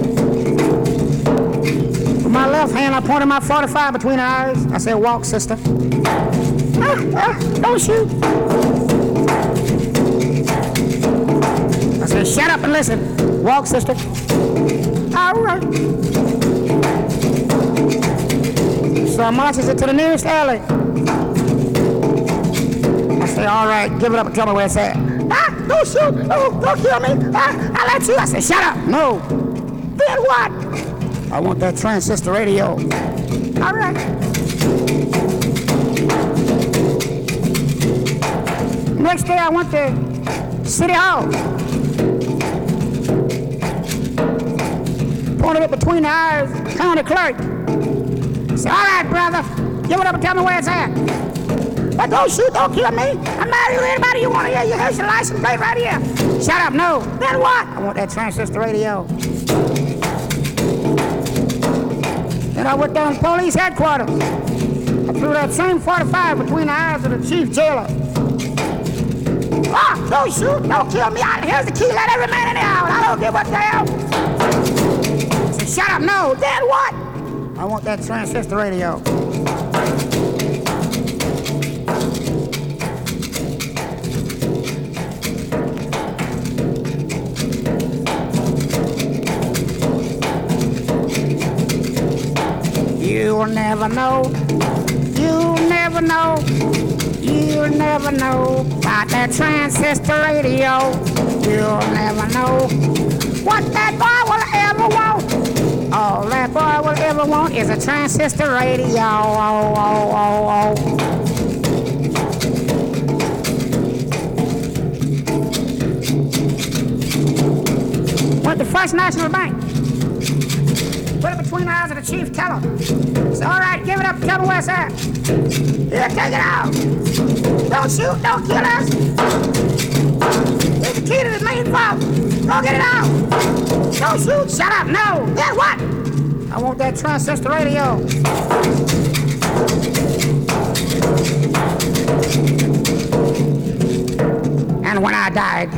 Speaker 10: With my left hand, I pointed my forty-five between her eyes. I said, walk, sister. Ah, ah, don't shoot. I said, shut up and listen. Walk, sister. All right. So I marches her to the nearest alley. I say, all right, give it up and tell me where it's at. Ah, don't shoot. No, don't kill me. Ah, I'll let you. I said, shut up. No. Then what? I want that transistor radio. All right. Next day I went to City Hall. Pointed it between the eyes, county clerk. Said, all right, brother, give it up and tell me where it's at. But don't shoot, don't kill me. I'm married to anybody you want to hear. You have your license plate right here. Shut up, no. Then what? I want that transistor radio. Then I went down to police headquarters. I threw that same forty-five between the eyes of the chief jailer. Ah, don't shoot, don't kill me. Here's the key, let every man in the house. I don't give a damn. I said, shut up, no. Then what? I want that transistor radio. You'll never know, you'll never know, you'll never know about that transistor radio. You'll never know what that boy will ever want. All that boy will ever want is a transistor radio. Oh, oh, oh, oh. at the First National Bank. Put it between the eyes of the chief teller. Say, all right, give it up, tell me where it's at. Here, take it out. Don't shoot, don't kill us. Here's the key to the main vault. Go get it out. Don't shoot, shut up, no. Then what? I want that transistor radio. And when I died,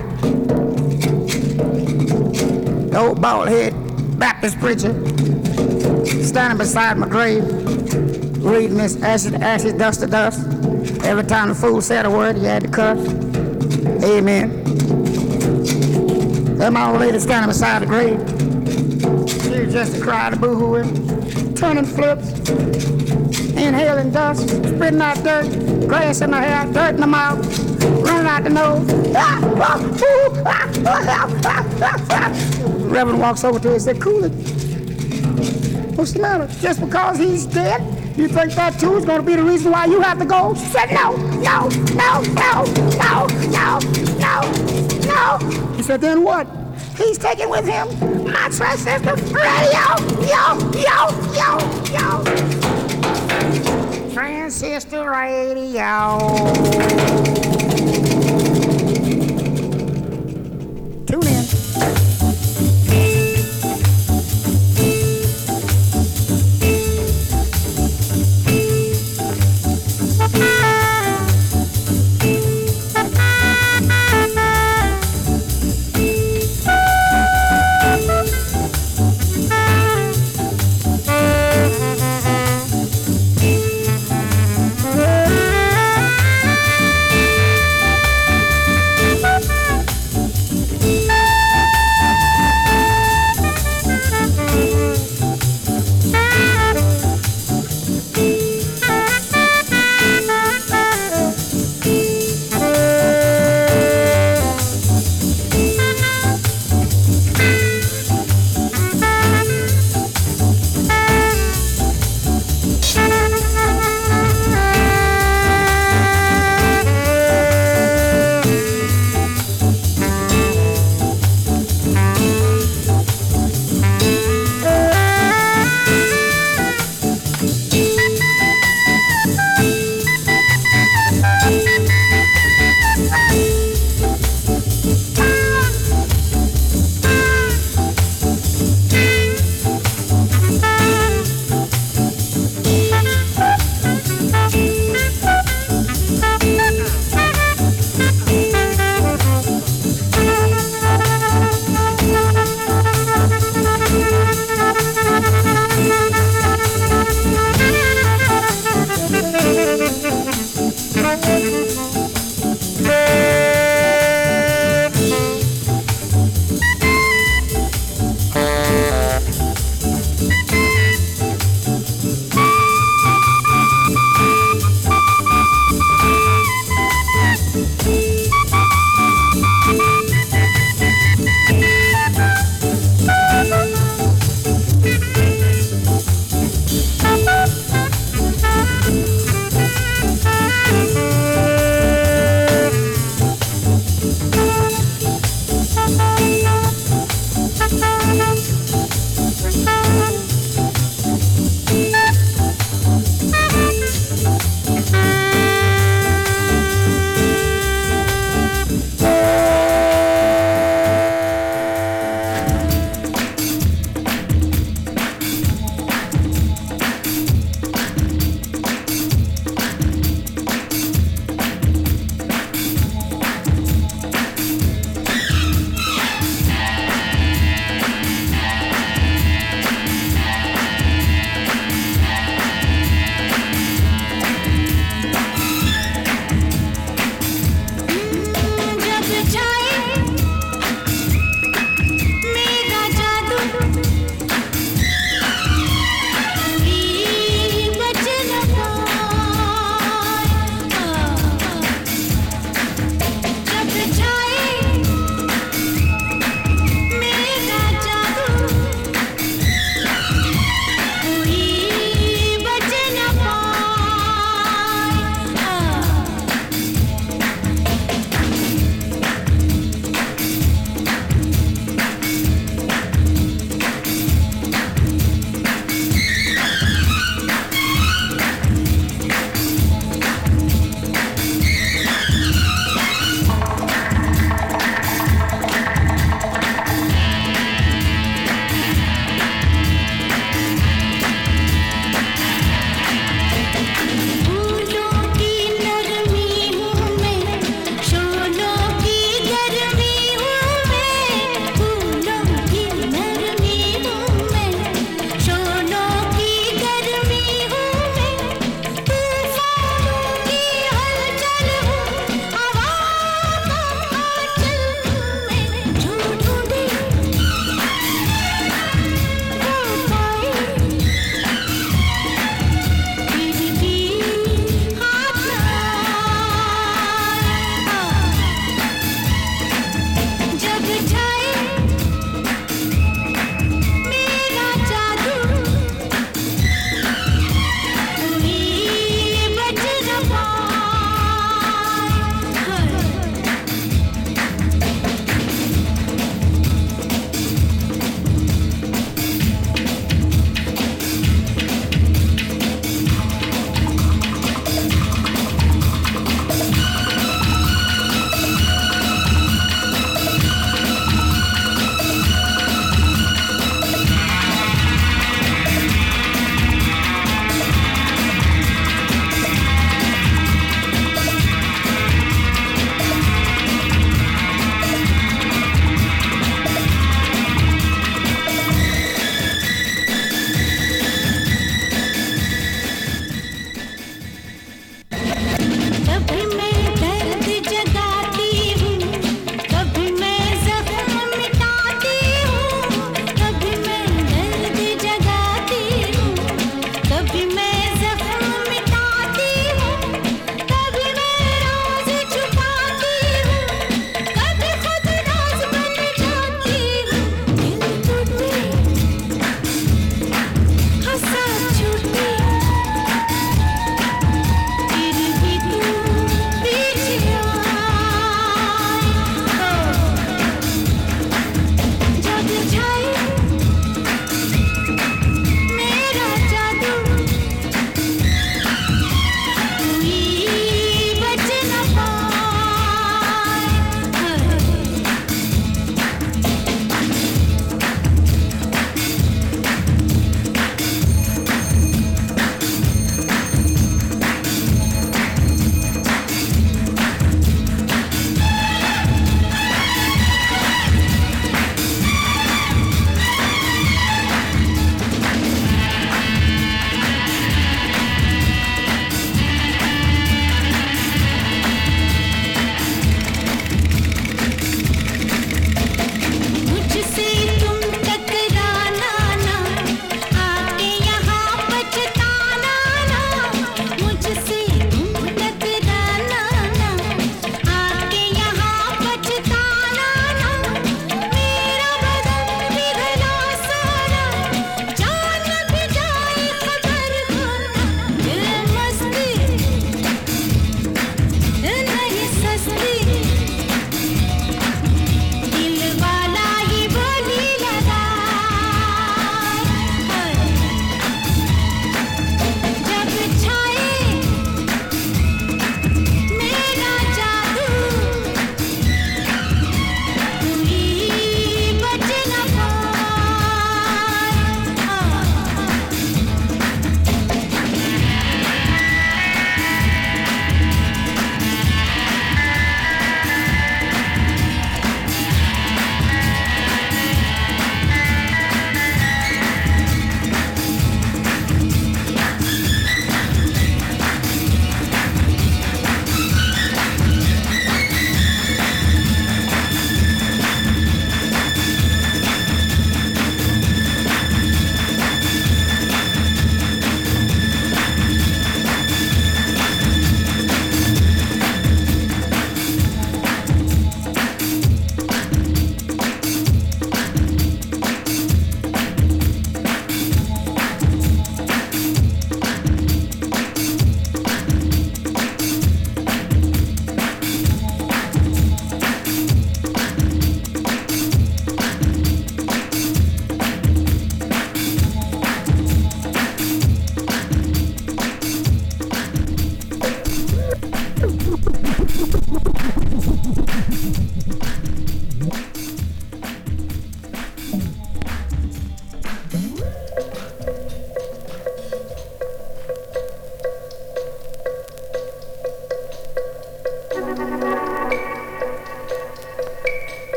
Speaker 10: the old bald-head Baptist preacher standing beside my grave, reading this ashes to ashes, dust to dust. Every time the fool said a word, he had to cuss. Amen. Then my old lady standing beside the grave. She was just a crying, boo-hooing, turning flips, inhaling dust, spitting out dirt, grass in her hair, dirt in her mouth, running out the nose. The Reverend walks over to her and said, "Cool it. What's the matter? Just because he's dead, you think that too is going to be the reason why you have to go?" She said, "No, no, no, no, no, no, no, no." He said, "Then what?" "He's taking with him my transistor radio, yo, yo, yo, yo." Transistor radio. Tune in.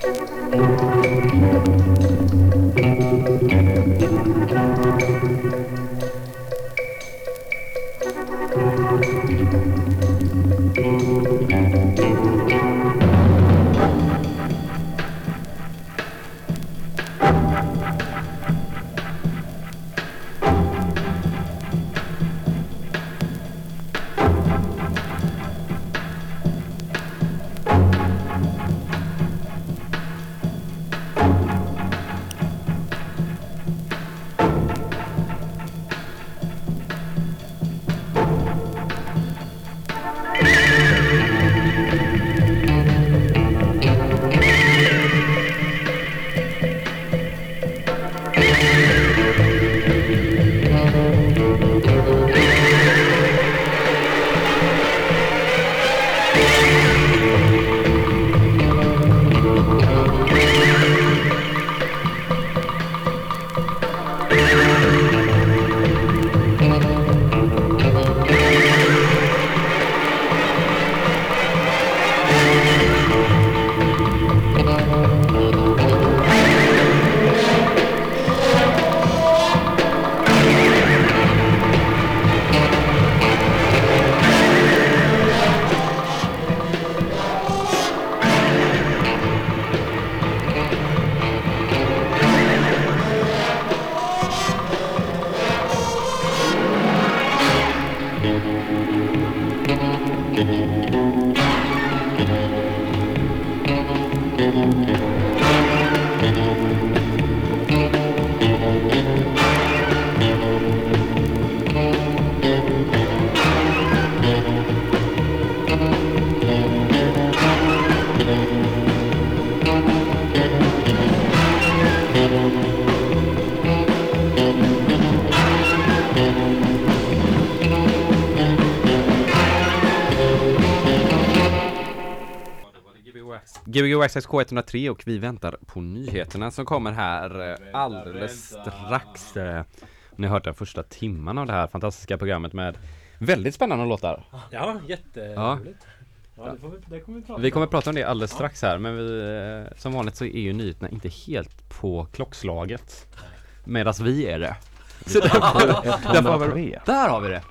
Speaker 1: G B G Wax K ett noll tre och vi väntar på nyheterna som kommer här eh, alldeles strax. Eh, Ni har hört den första timman av det här fantastiska programmet med väldigt spännande låtar.
Speaker 2: Ja, jätteroligt.
Speaker 1: Ja.
Speaker 2: Ja, det, får vi, det kommer vi prata
Speaker 1: Vi kommer prata om det alldeles strax här, men vi, eh, som vanligt så är ju nyheterna inte helt på klockslaget. Medan vi är det. Så där, där, får vi, där har vi det.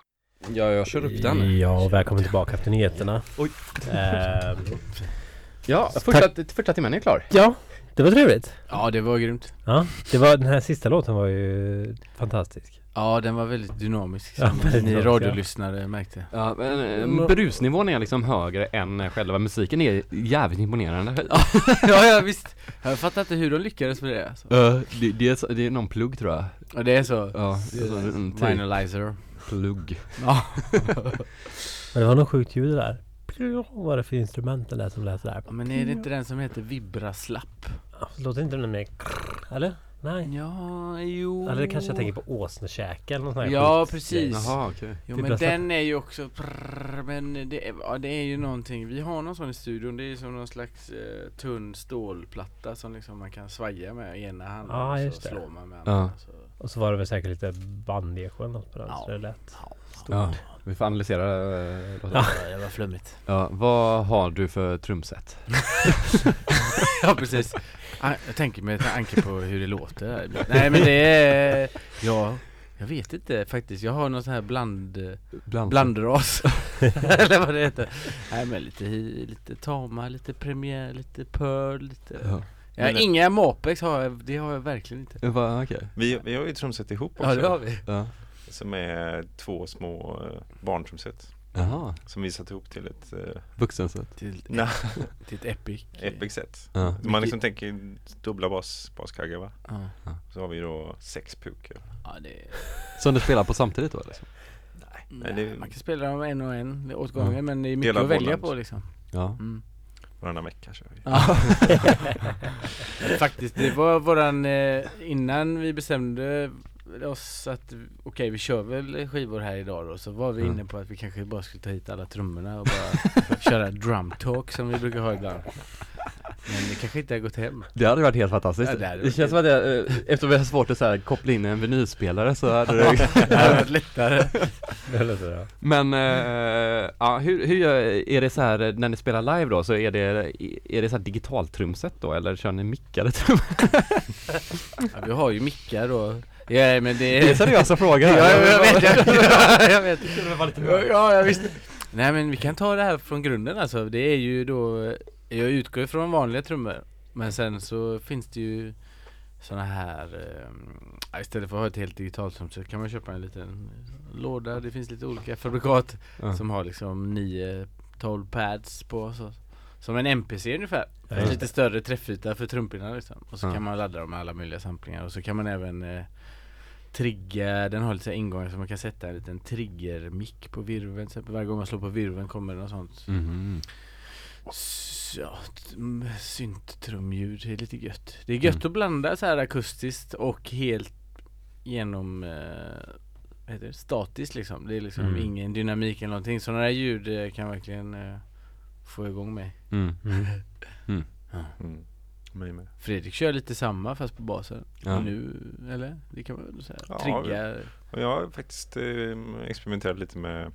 Speaker 1: Ja, jag kör upp den.
Speaker 2: Ja, och välkommen tillbaka efter nyheterna.
Speaker 1: Oj.
Speaker 2: Ehm,
Speaker 1: Ja, första, första timmen är klar.
Speaker 2: Ja, det var trevligt.
Speaker 3: Ja, det var grymt.
Speaker 2: Ja, det var, den här sista låten var ju fantastisk.
Speaker 3: Ja, den var väldigt dynamisk.
Speaker 2: Ja,
Speaker 3: Som
Speaker 2: väldigt
Speaker 3: ni
Speaker 2: dynamisk,
Speaker 3: radiolyssnare märkte.
Speaker 1: Ja, men eh, brusnivån är liksom högre än själva musiken är jävligt imponerande.
Speaker 3: Ja, ja, visst. Jag fattar inte hur de lyckades med det. Alltså.
Speaker 1: Uh, det, det, är, så- det är någon plugg tror jag.
Speaker 3: Ja, det är så.
Speaker 1: Ja, det är så en tape
Speaker 3: Vinalizer.
Speaker 1: plugg.
Speaker 3: Ja.
Speaker 2: Men det var nog sjukt ljud där. Vad var det för instrumenten där som lät där?
Speaker 3: Ja, men är det inte den som heter Vibraslapp?
Speaker 2: Ja, låter inte den med eller? Nej.
Speaker 3: Ja, jo.
Speaker 2: Eller kanske jag tänker på åsnekäke eller något sånt här
Speaker 3: Ja,
Speaker 2: skit.
Speaker 3: precis.
Speaker 1: Jaha, okej.
Speaker 3: Jo,
Speaker 2: Vibraslapp.
Speaker 3: men den är ju också prrr, men det är, ja, det är ju någonting. Vi har någon sån i studion. Det är som någon slags eh, tunn stålplatta som liksom man kan svaja med i ena handen.
Speaker 2: Ja,
Speaker 3: och så
Speaker 2: just det.
Speaker 3: slår man med andra.
Speaker 1: Ja.
Speaker 3: Så.
Speaker 2: Och så var det väl säkert lite bandeko eller något på den,
Speaker 3: Ja.
Speaker 2: så det lät
Speaker 3: Ja.
Speaker 2: stort.
Speaker 1: Ja, vi får analysera äh, låten.
Speaker 2: Ja.
Speaker 3: Ja, det var flummigt.
Speaker 1: Ja, vad har du för trumset?
Speaker 3: Ja, precis. Ah, jag tänker med tanke på hur det låter. Nej, men det är... Ja, jag vet inte faktiskt. Jag har någon sån här bland...
Speaker 1: Bland.
Speaker 3: Blandras. Eller vad det heter. Nej, men lite, lite Tama, lite Premiere, lite Pearl, lite...
Speaker 1: Ja.
Speaker 3: Jag har
Speaker 4: Men-
Speaker 3: inga Mopex, har jag, det har jag verkligen inte.
Speaker 1: Va, okej.
Speaker 4: Vi, vi har ju trumset ihop också.
Speaker 3: Ja, det har vi.
Speaker 1: Ja.
Speaker 4: Som är två små uh, barntrumset.
Speaker 1: Jaha,
Speaker 4: Som vi satt ihop till ett uh,
Speaker 1: vuxenset.
Speaker 3: Till,
Speaker 4: Nej.
Speaker 3: till ett Epic.
Speaker 4: epic set.
Speaker 1: Ja.
Speaker 4: Man liksom tänker dubbla bas, baskaggar va?
Speaker 3: Ja,
Speaker 4: Så har vi då sex puker.
Speaker 3: ja det...
Speaker 1: Som du spelar på samtidigt då liksom?
Speaker 3: Nej,
Speaker 4: det-
Speaker 3: man kan spela dem en och en åt gången,
Speaker 1: Ja.
Speaker 3: men det är mycket
Speaker 4: Dela
Speaker 3: att välja
Speaker 4: bollen.
Speaker 3: på liksom.
Speaker 1: Ja.
Speaker 3: Mm.
Speaker 4: Varannan vecka kör vi.
Speaker 3: Ja. Faktiskt, det var våran, eh, innan vi bestämde oss att okej, vi kör väl skivor här idag då, så var vi
Speaker 1: Mm.
Speaker 3: inne på att vi kanske bara skulle ta hit alla trummorna och bara köra drum talk som vi brukar ha ibland. Men det kanske inte har gått hem.
Speaker 1: Det hade varit helt fantastiskt.
Speaker 3: Ja,
Speaker 1: det,
Speaker 3: det hade
Speaker 1: det
Speaker 3: varit
Speaker 1: känns som att det, eh, eftersom vi har svårt att så här, koppla in en vinylspelare så hade det
Speaker 3: Det hade varit lättare.
Speaker 2: Eller så, ja.
Speaker 1: Men eh, ja, hur, hur gör, är det så här när ni spelar live då, så är det är det så här digitalt trumset då, eller kör ni mickade trummor?
Speaker 3: Ja, vi har ju mickar då. Ja, men det
Speaker 1: Det är seriösa frågor.
Speaker 3: Ja, jag, jag vet. Jag, jag vet.
Speaker 1: Det var lite
Speaker 3: Ja, jag visste. Nej, men vi kan ta det här från grunden alltså. Det är ju då, jag utgår från vanliga trummor. Men sen så finns det ju såna här eh, istället för att ha ett helt digitalt trum så kan man köpa en liten låda. Det finns lite olika fabrikat
Speaker 1: Ja.
Speaker 3: som har liksom nio tolv pads på så. Som en M P C ungefär.
Speaker 2: Ja,
Speaker 3: En
Speaker 2: just
Speaker 3: lite större träffyta för trumpinnar liksom. Och så
Speaker 1: Ja.
Speaker 3: kan man ladda dem med alla möjliga samplingar. Och så kan man även eh, trigga, den har lite så här ingångar så man kan sätta en liten trigger-mick på virveln. Till exempel varje gång man slår på virveln kommer det något sånt.
Speaker 1: Mhm.
Speaker 3: S- ja, t- mm, synttrumljud, det är lite gött. Det är gött
Speaker 1: Mm.
Speaker 3: att blanda så här akustiskt och helt genom eh, vad heter det? Statiskt liksom. Det är liksom
Speaker 1: Mm.
Speaker 3: ingen dynamik eller någonting. Sådana där ljud eh, kan verkligen eh, få igång mig.
Speaker 1: Mm.
Speaker 2: Mm.
Speaker 4: Mm. Mig med.
Speaker 3: Fredrik kör lite samma fast på basen.
Speaker 1: Ja.
Speaker 3: Nu, eller? Det kan man väl säga.
Speaker 4: Ja,
Speaker 3: Trigga.
Speaker 4: Och jag har faktiskt eh, experimenterat lite med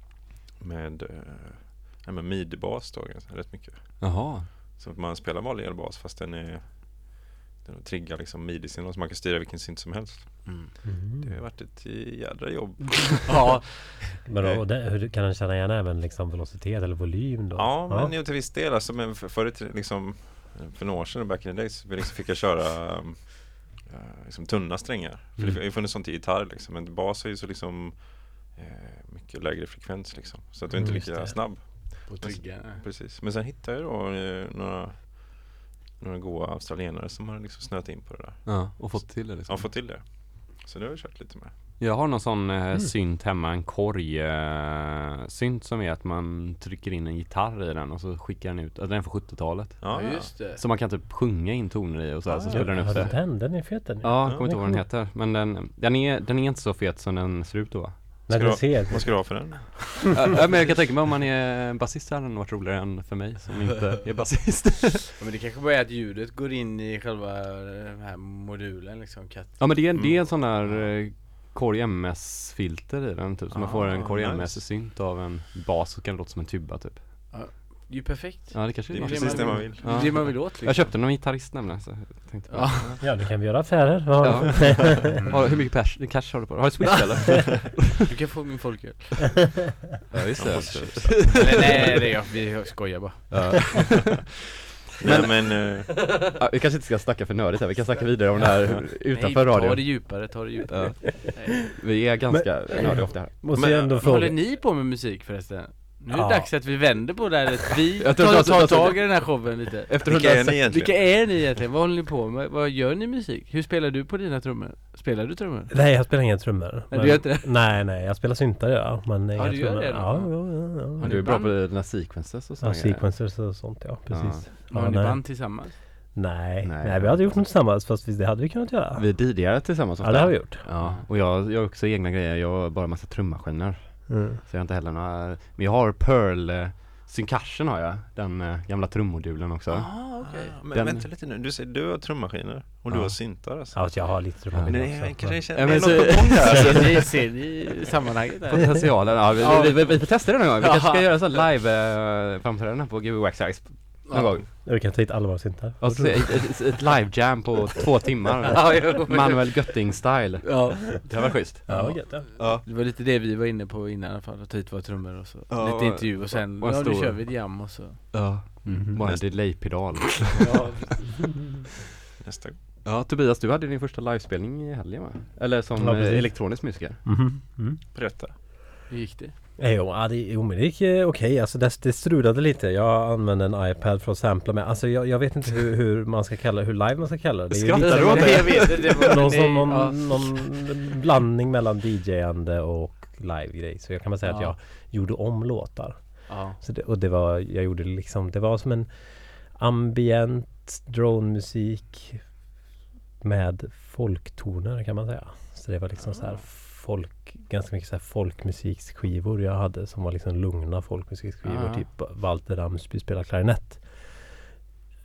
Speaker 4: med, eh, ja, med midi-bas då, ganska, rätt mycket.
Speaker 1: Jaha.
Speaker 4: Så att man spelar vanlig elbas fast den är den triggar liksom midi-signal så man kan styra vilken synt som helst.
Speaker 3: Mm.
Speaker 2: Mm.
Speaker 4: Det har varit ett jädra jobb.
Speaker 3: Ja.
Speaker 2: Men då, och det, hur kan den känna igen även liksom velocitet eller volym då?
Speaker 4: Ja, men ja. till viss del alltså, men för, förut liksom för några år sedan back in the days vi liksom fick jag köra um, uh, liksom tunna strängar. För
Speaker 2: Mm.
Speaker 4: det har ju funnits sånt i gitarr liksom, men bas är ju så liksom eh, mycket lägre frekvens liksom, så att du
Speaker 2: Mm,
Speaker 4: inte är
Speaker 2: just
Speaker 4: lika
Speaker 2: det.
Speaker 4: snabb.
Speaker 3: På trigga.
Speaker 4: Precis. Men sen hittade jag då eh, några några goa australienare som har liksom snöat in på det där.
Speaker 1: Ja, och fått till det liksom.
Speaker 4: Ja, fått till det. Så det har jag kört lite med.
Speaker 1: Jag har någon sån eh,
Speaker 2: Mm.
Speaker 1: synt hemma, en korg eh, synt som är att man trycker in en gitarr i den och så skickar den ut, alltså den är från sjuttiotalet.
Speaker 3: Ja, just det.
Speaker 1: Så man kan typ sjunga in toner i och så här, så
Speaker 4: Ah,
Speaker 1: spelar den upp
Speaker 2: Ja,
Speaker 1: det.
Speaker 2: den, den är fet den.
Speaker 1: Ja, jag kommer inte
Speaker 2: den
Speaker 1: ihåg
Speaker 2: är
Speaker 1: vad den heter. Men den, den, är, den är inte så fet som den ser ut då.
Speaker 2: När
Speaker 4: Ska
Speaker 2: den
Speaker 4: du-
Speaker 2: ser.
Speaker 4: Vad ska du ha för den?
Speaker 1: Ja, men jag kan tänka mig om man är basist hade den varit roligare än för mig som inte är basist.
Speaker 3: Ja, men det kanske bara är att ljudet går in i själva den här modulen liksom. Kat-
Speaker 1: Ja, men det är, det är en sån där eh, Korg M S-filter i den typ. Så man får en
Speaker 4: Ah,
Speaker 1: Korg
Speaker 4: nice.
Speaker 1: M S-synt av en bas och kan låta som en tuba typ.
Speaker 3: Det är ju perfekt.
Speaker 1: Ja, det kanske
Speaker 4: Det är
Speaker 1: något.
Speaker 4: precis det man vill.
Speaker 3: Det är det man vill åt liksom.
Speaker 1: Jag köpte någon gitarrist nämligen så jag tänkte bara,
Speaker 3: Ja.
Speaker 2: Ja, du kan vi göra affärer.
Speaker 1: ja.
Speaker 2: Ja.
Speaker 1: Ja, hur mycket cash, cash har du på? Har du Swish eller?
Speaker 3: Du kan få min folköl.
Speaker 1: Ja, just
Speaker 4: Ja,
Speaker 1: det.
Speaker 4: måste-
Speaker 3: Eller nej, det är jag, vi skojar bara.
Speaker 1: Ja.
Speaker 4: Nej, men eh,
Speaker 1: Ja, vi kanske inte ska snacka för nördigt här, vi kan snacka vidare om det här utanför
Speaker 3: nej, ta det
Speaker 1: radio.
Speaker 3: djupare, ta det djupare.
Speaker 1: Ja. Vi är ganska nördiga ofta här.
Speaker 2: Måste
Speaker 4: Men,
Speaker 2: jag ändå
Speaker 3: Men håller
Speaker 2: fråga.
Speaker 3: ni på med musik förresten? Nu är det
Speaker 2: Ja.
Speaker 3: dags att vi vänder på det här. Att vi
Speaker 1: Jag tror
Speaker 3: tar,
Speaker 1: att-
Speaker 3: tar
Speaker 1: jag tror-
Speaker 3: tag i den här showen lite.
Speaker 1: Efter
Speaker 4: vilka är
Speaker 1: hundra-
Speaker 4: ni egentligen?
Speaker 3: Vilka är ni egentligen? Vad håller ni på med? Vad gör ni musik? Hur spelar du på dina trummor? Spelar du trummor?
Speaker 2: Nej, jag spelar inga trummor.
Speaker 3: Nej, du gör inte det?
Speaker 2: Nej, nej, jag spelar syntare ja. Men inga
Speaker 3: du gör
Speaker 2: trummor.
Speaker 3: det då?
Speaker 2: Ja, ja, ja,
Speaker 1: Ja,
Speaker 2: ja.
Speaker 1: du är bra på dina sequences och
Speaker 2: Ja,
Speaker 1: sånt.
Speaker 2: sequencers och sånt ja, precis.
Speaker 3: Har
Speaker 2: Ja,
Speaker 3: ni
Speaker 2: nej.
Speaker 3: band tillsammans?
Speaker 2: Nej,
Speaker 1: Nej.
Speaker 2: nej, vi hade gjort något tillsammans fast vi- det hade vi kunnat göra.
Speaker 1: Vi D J'ar tillsammans
Speaker 2: Ja,
Speaker 1: ofta.
Speaker 2: det har vi gjort.
Speaker 1: Ja, och jag gör också egna grejer. Jag har bara en massa trummaskiner.
Speaker 2: Mm.
Speaker 1: Så jag har inte heller några. Men jag har Pearl eh, Syncashen har jag. Den eh, gamla trummodulen också.
Speaker 3: Ah, okej.
Speaker 4: men
Speaker 1: Den-
Speaker 4: vänta lite nu. Du säger du har trummaskiner och du
Speaker 1: Ja.
Speaker 4: har syntar alltså.
Speaker 2: Ja, så jag har lite
Speaker 1: Ja,
Speaker 2: trummaskiner
Speaker 4: Men det är,
Speaker 2: också.
Speaker 4: kanske det känns,
Speaker 1: Ja,
Speaker 4: det är
Speaker 1: men
Speaker 4: något
Speaker 1: så-
Speaker 4: på gång här.
Speaker 3: Ser ni, ser ni sammanhanget där?
Speaker 1: Potentialen, ja, vi,
Speaker 3: Ja.
Speaker 1: vi, vi, vi får testa det någon gång. Vi kanske ska
Speaker 3: Jaha.
Speaker 1: göra en sån live eh, framträdande på G W Wax Ice någon gång.
Speaker 2: Du kan ta hit alla våra syntar.
Speaker 1: Och så ett, ett, ett live jam på två timmar.
Speaker 3: Ja, jo.
Speaker 1: Manuel Götting-style.
Speaker 3: Ja.
Speaker 1: Det var schysst.
Speaker 2: Ja, vad gött ja.
Speaker 1: Ja.
Speaker 3: Det var lite det vi var inne på innan i alla fall, att ta hit våra trummor och så.
Speaker 1: Ja,
Speaker 3: lite intervju och sen,
Speaker 1: och en
Speaker 3: ja nu
Speaker 1: stor-
Speaker 3: kör vi ett jam och så.
Speaker 1: Ja.
Speaker 2: Mhm.
Speaker 1: Bara en delay-pedal.
Speaker 3: Ja.
Speaker 4: Nästa gång.
Speaker 1: Ja, Tobias, du hade din första livespelning i helgen va? Eller som
Speaker 2: Ja,
Speaker 1: eh,
Speaker 2: precis.
Speaker 1: elektronisk musiker.
Speaker 2: Mhm. Mm.
Speaker 4: Berätta.
Speaker 3: Hur gick det?
Speaker 2: Eh, Jo, ja, det, jo men det gick eh, okej, alltså det, det strulade lite. Jag använde en iPad för att sampla med. Alltså jag, jag vet inte hur, hur man ska kalla det, hur live man ska kalla det. Det är ju
Speaker 1: Skrattar
Speaker 2: lite-
Speaker 1: du åt det?
Speaker 3: Jag vet inte, det var
Speaker 2: någon,
Speaker 3: nej,
Speaker 2: som, någon,
Speaker 3: ja.
Speaker 2: någon blandning mellan DJande och live-grej. Så jag kan bara säga att
Speaker 3: Ja.
Speaker 2: jag gjorde om låtar.
Speaker 3: Ja.
Speaker 2: Så det, och det var, jag gjorde det liksom, det var som en ambient drone-musik med folktoner kan man säga. Så det var liksom så här folk, ganska mycket så här folkmusikskivor jag hade som var liksom lugna folkmusikskivor.
Speaker 3: Ja.
Speaker 2: Typ Walter Ramsby spelar klarinett.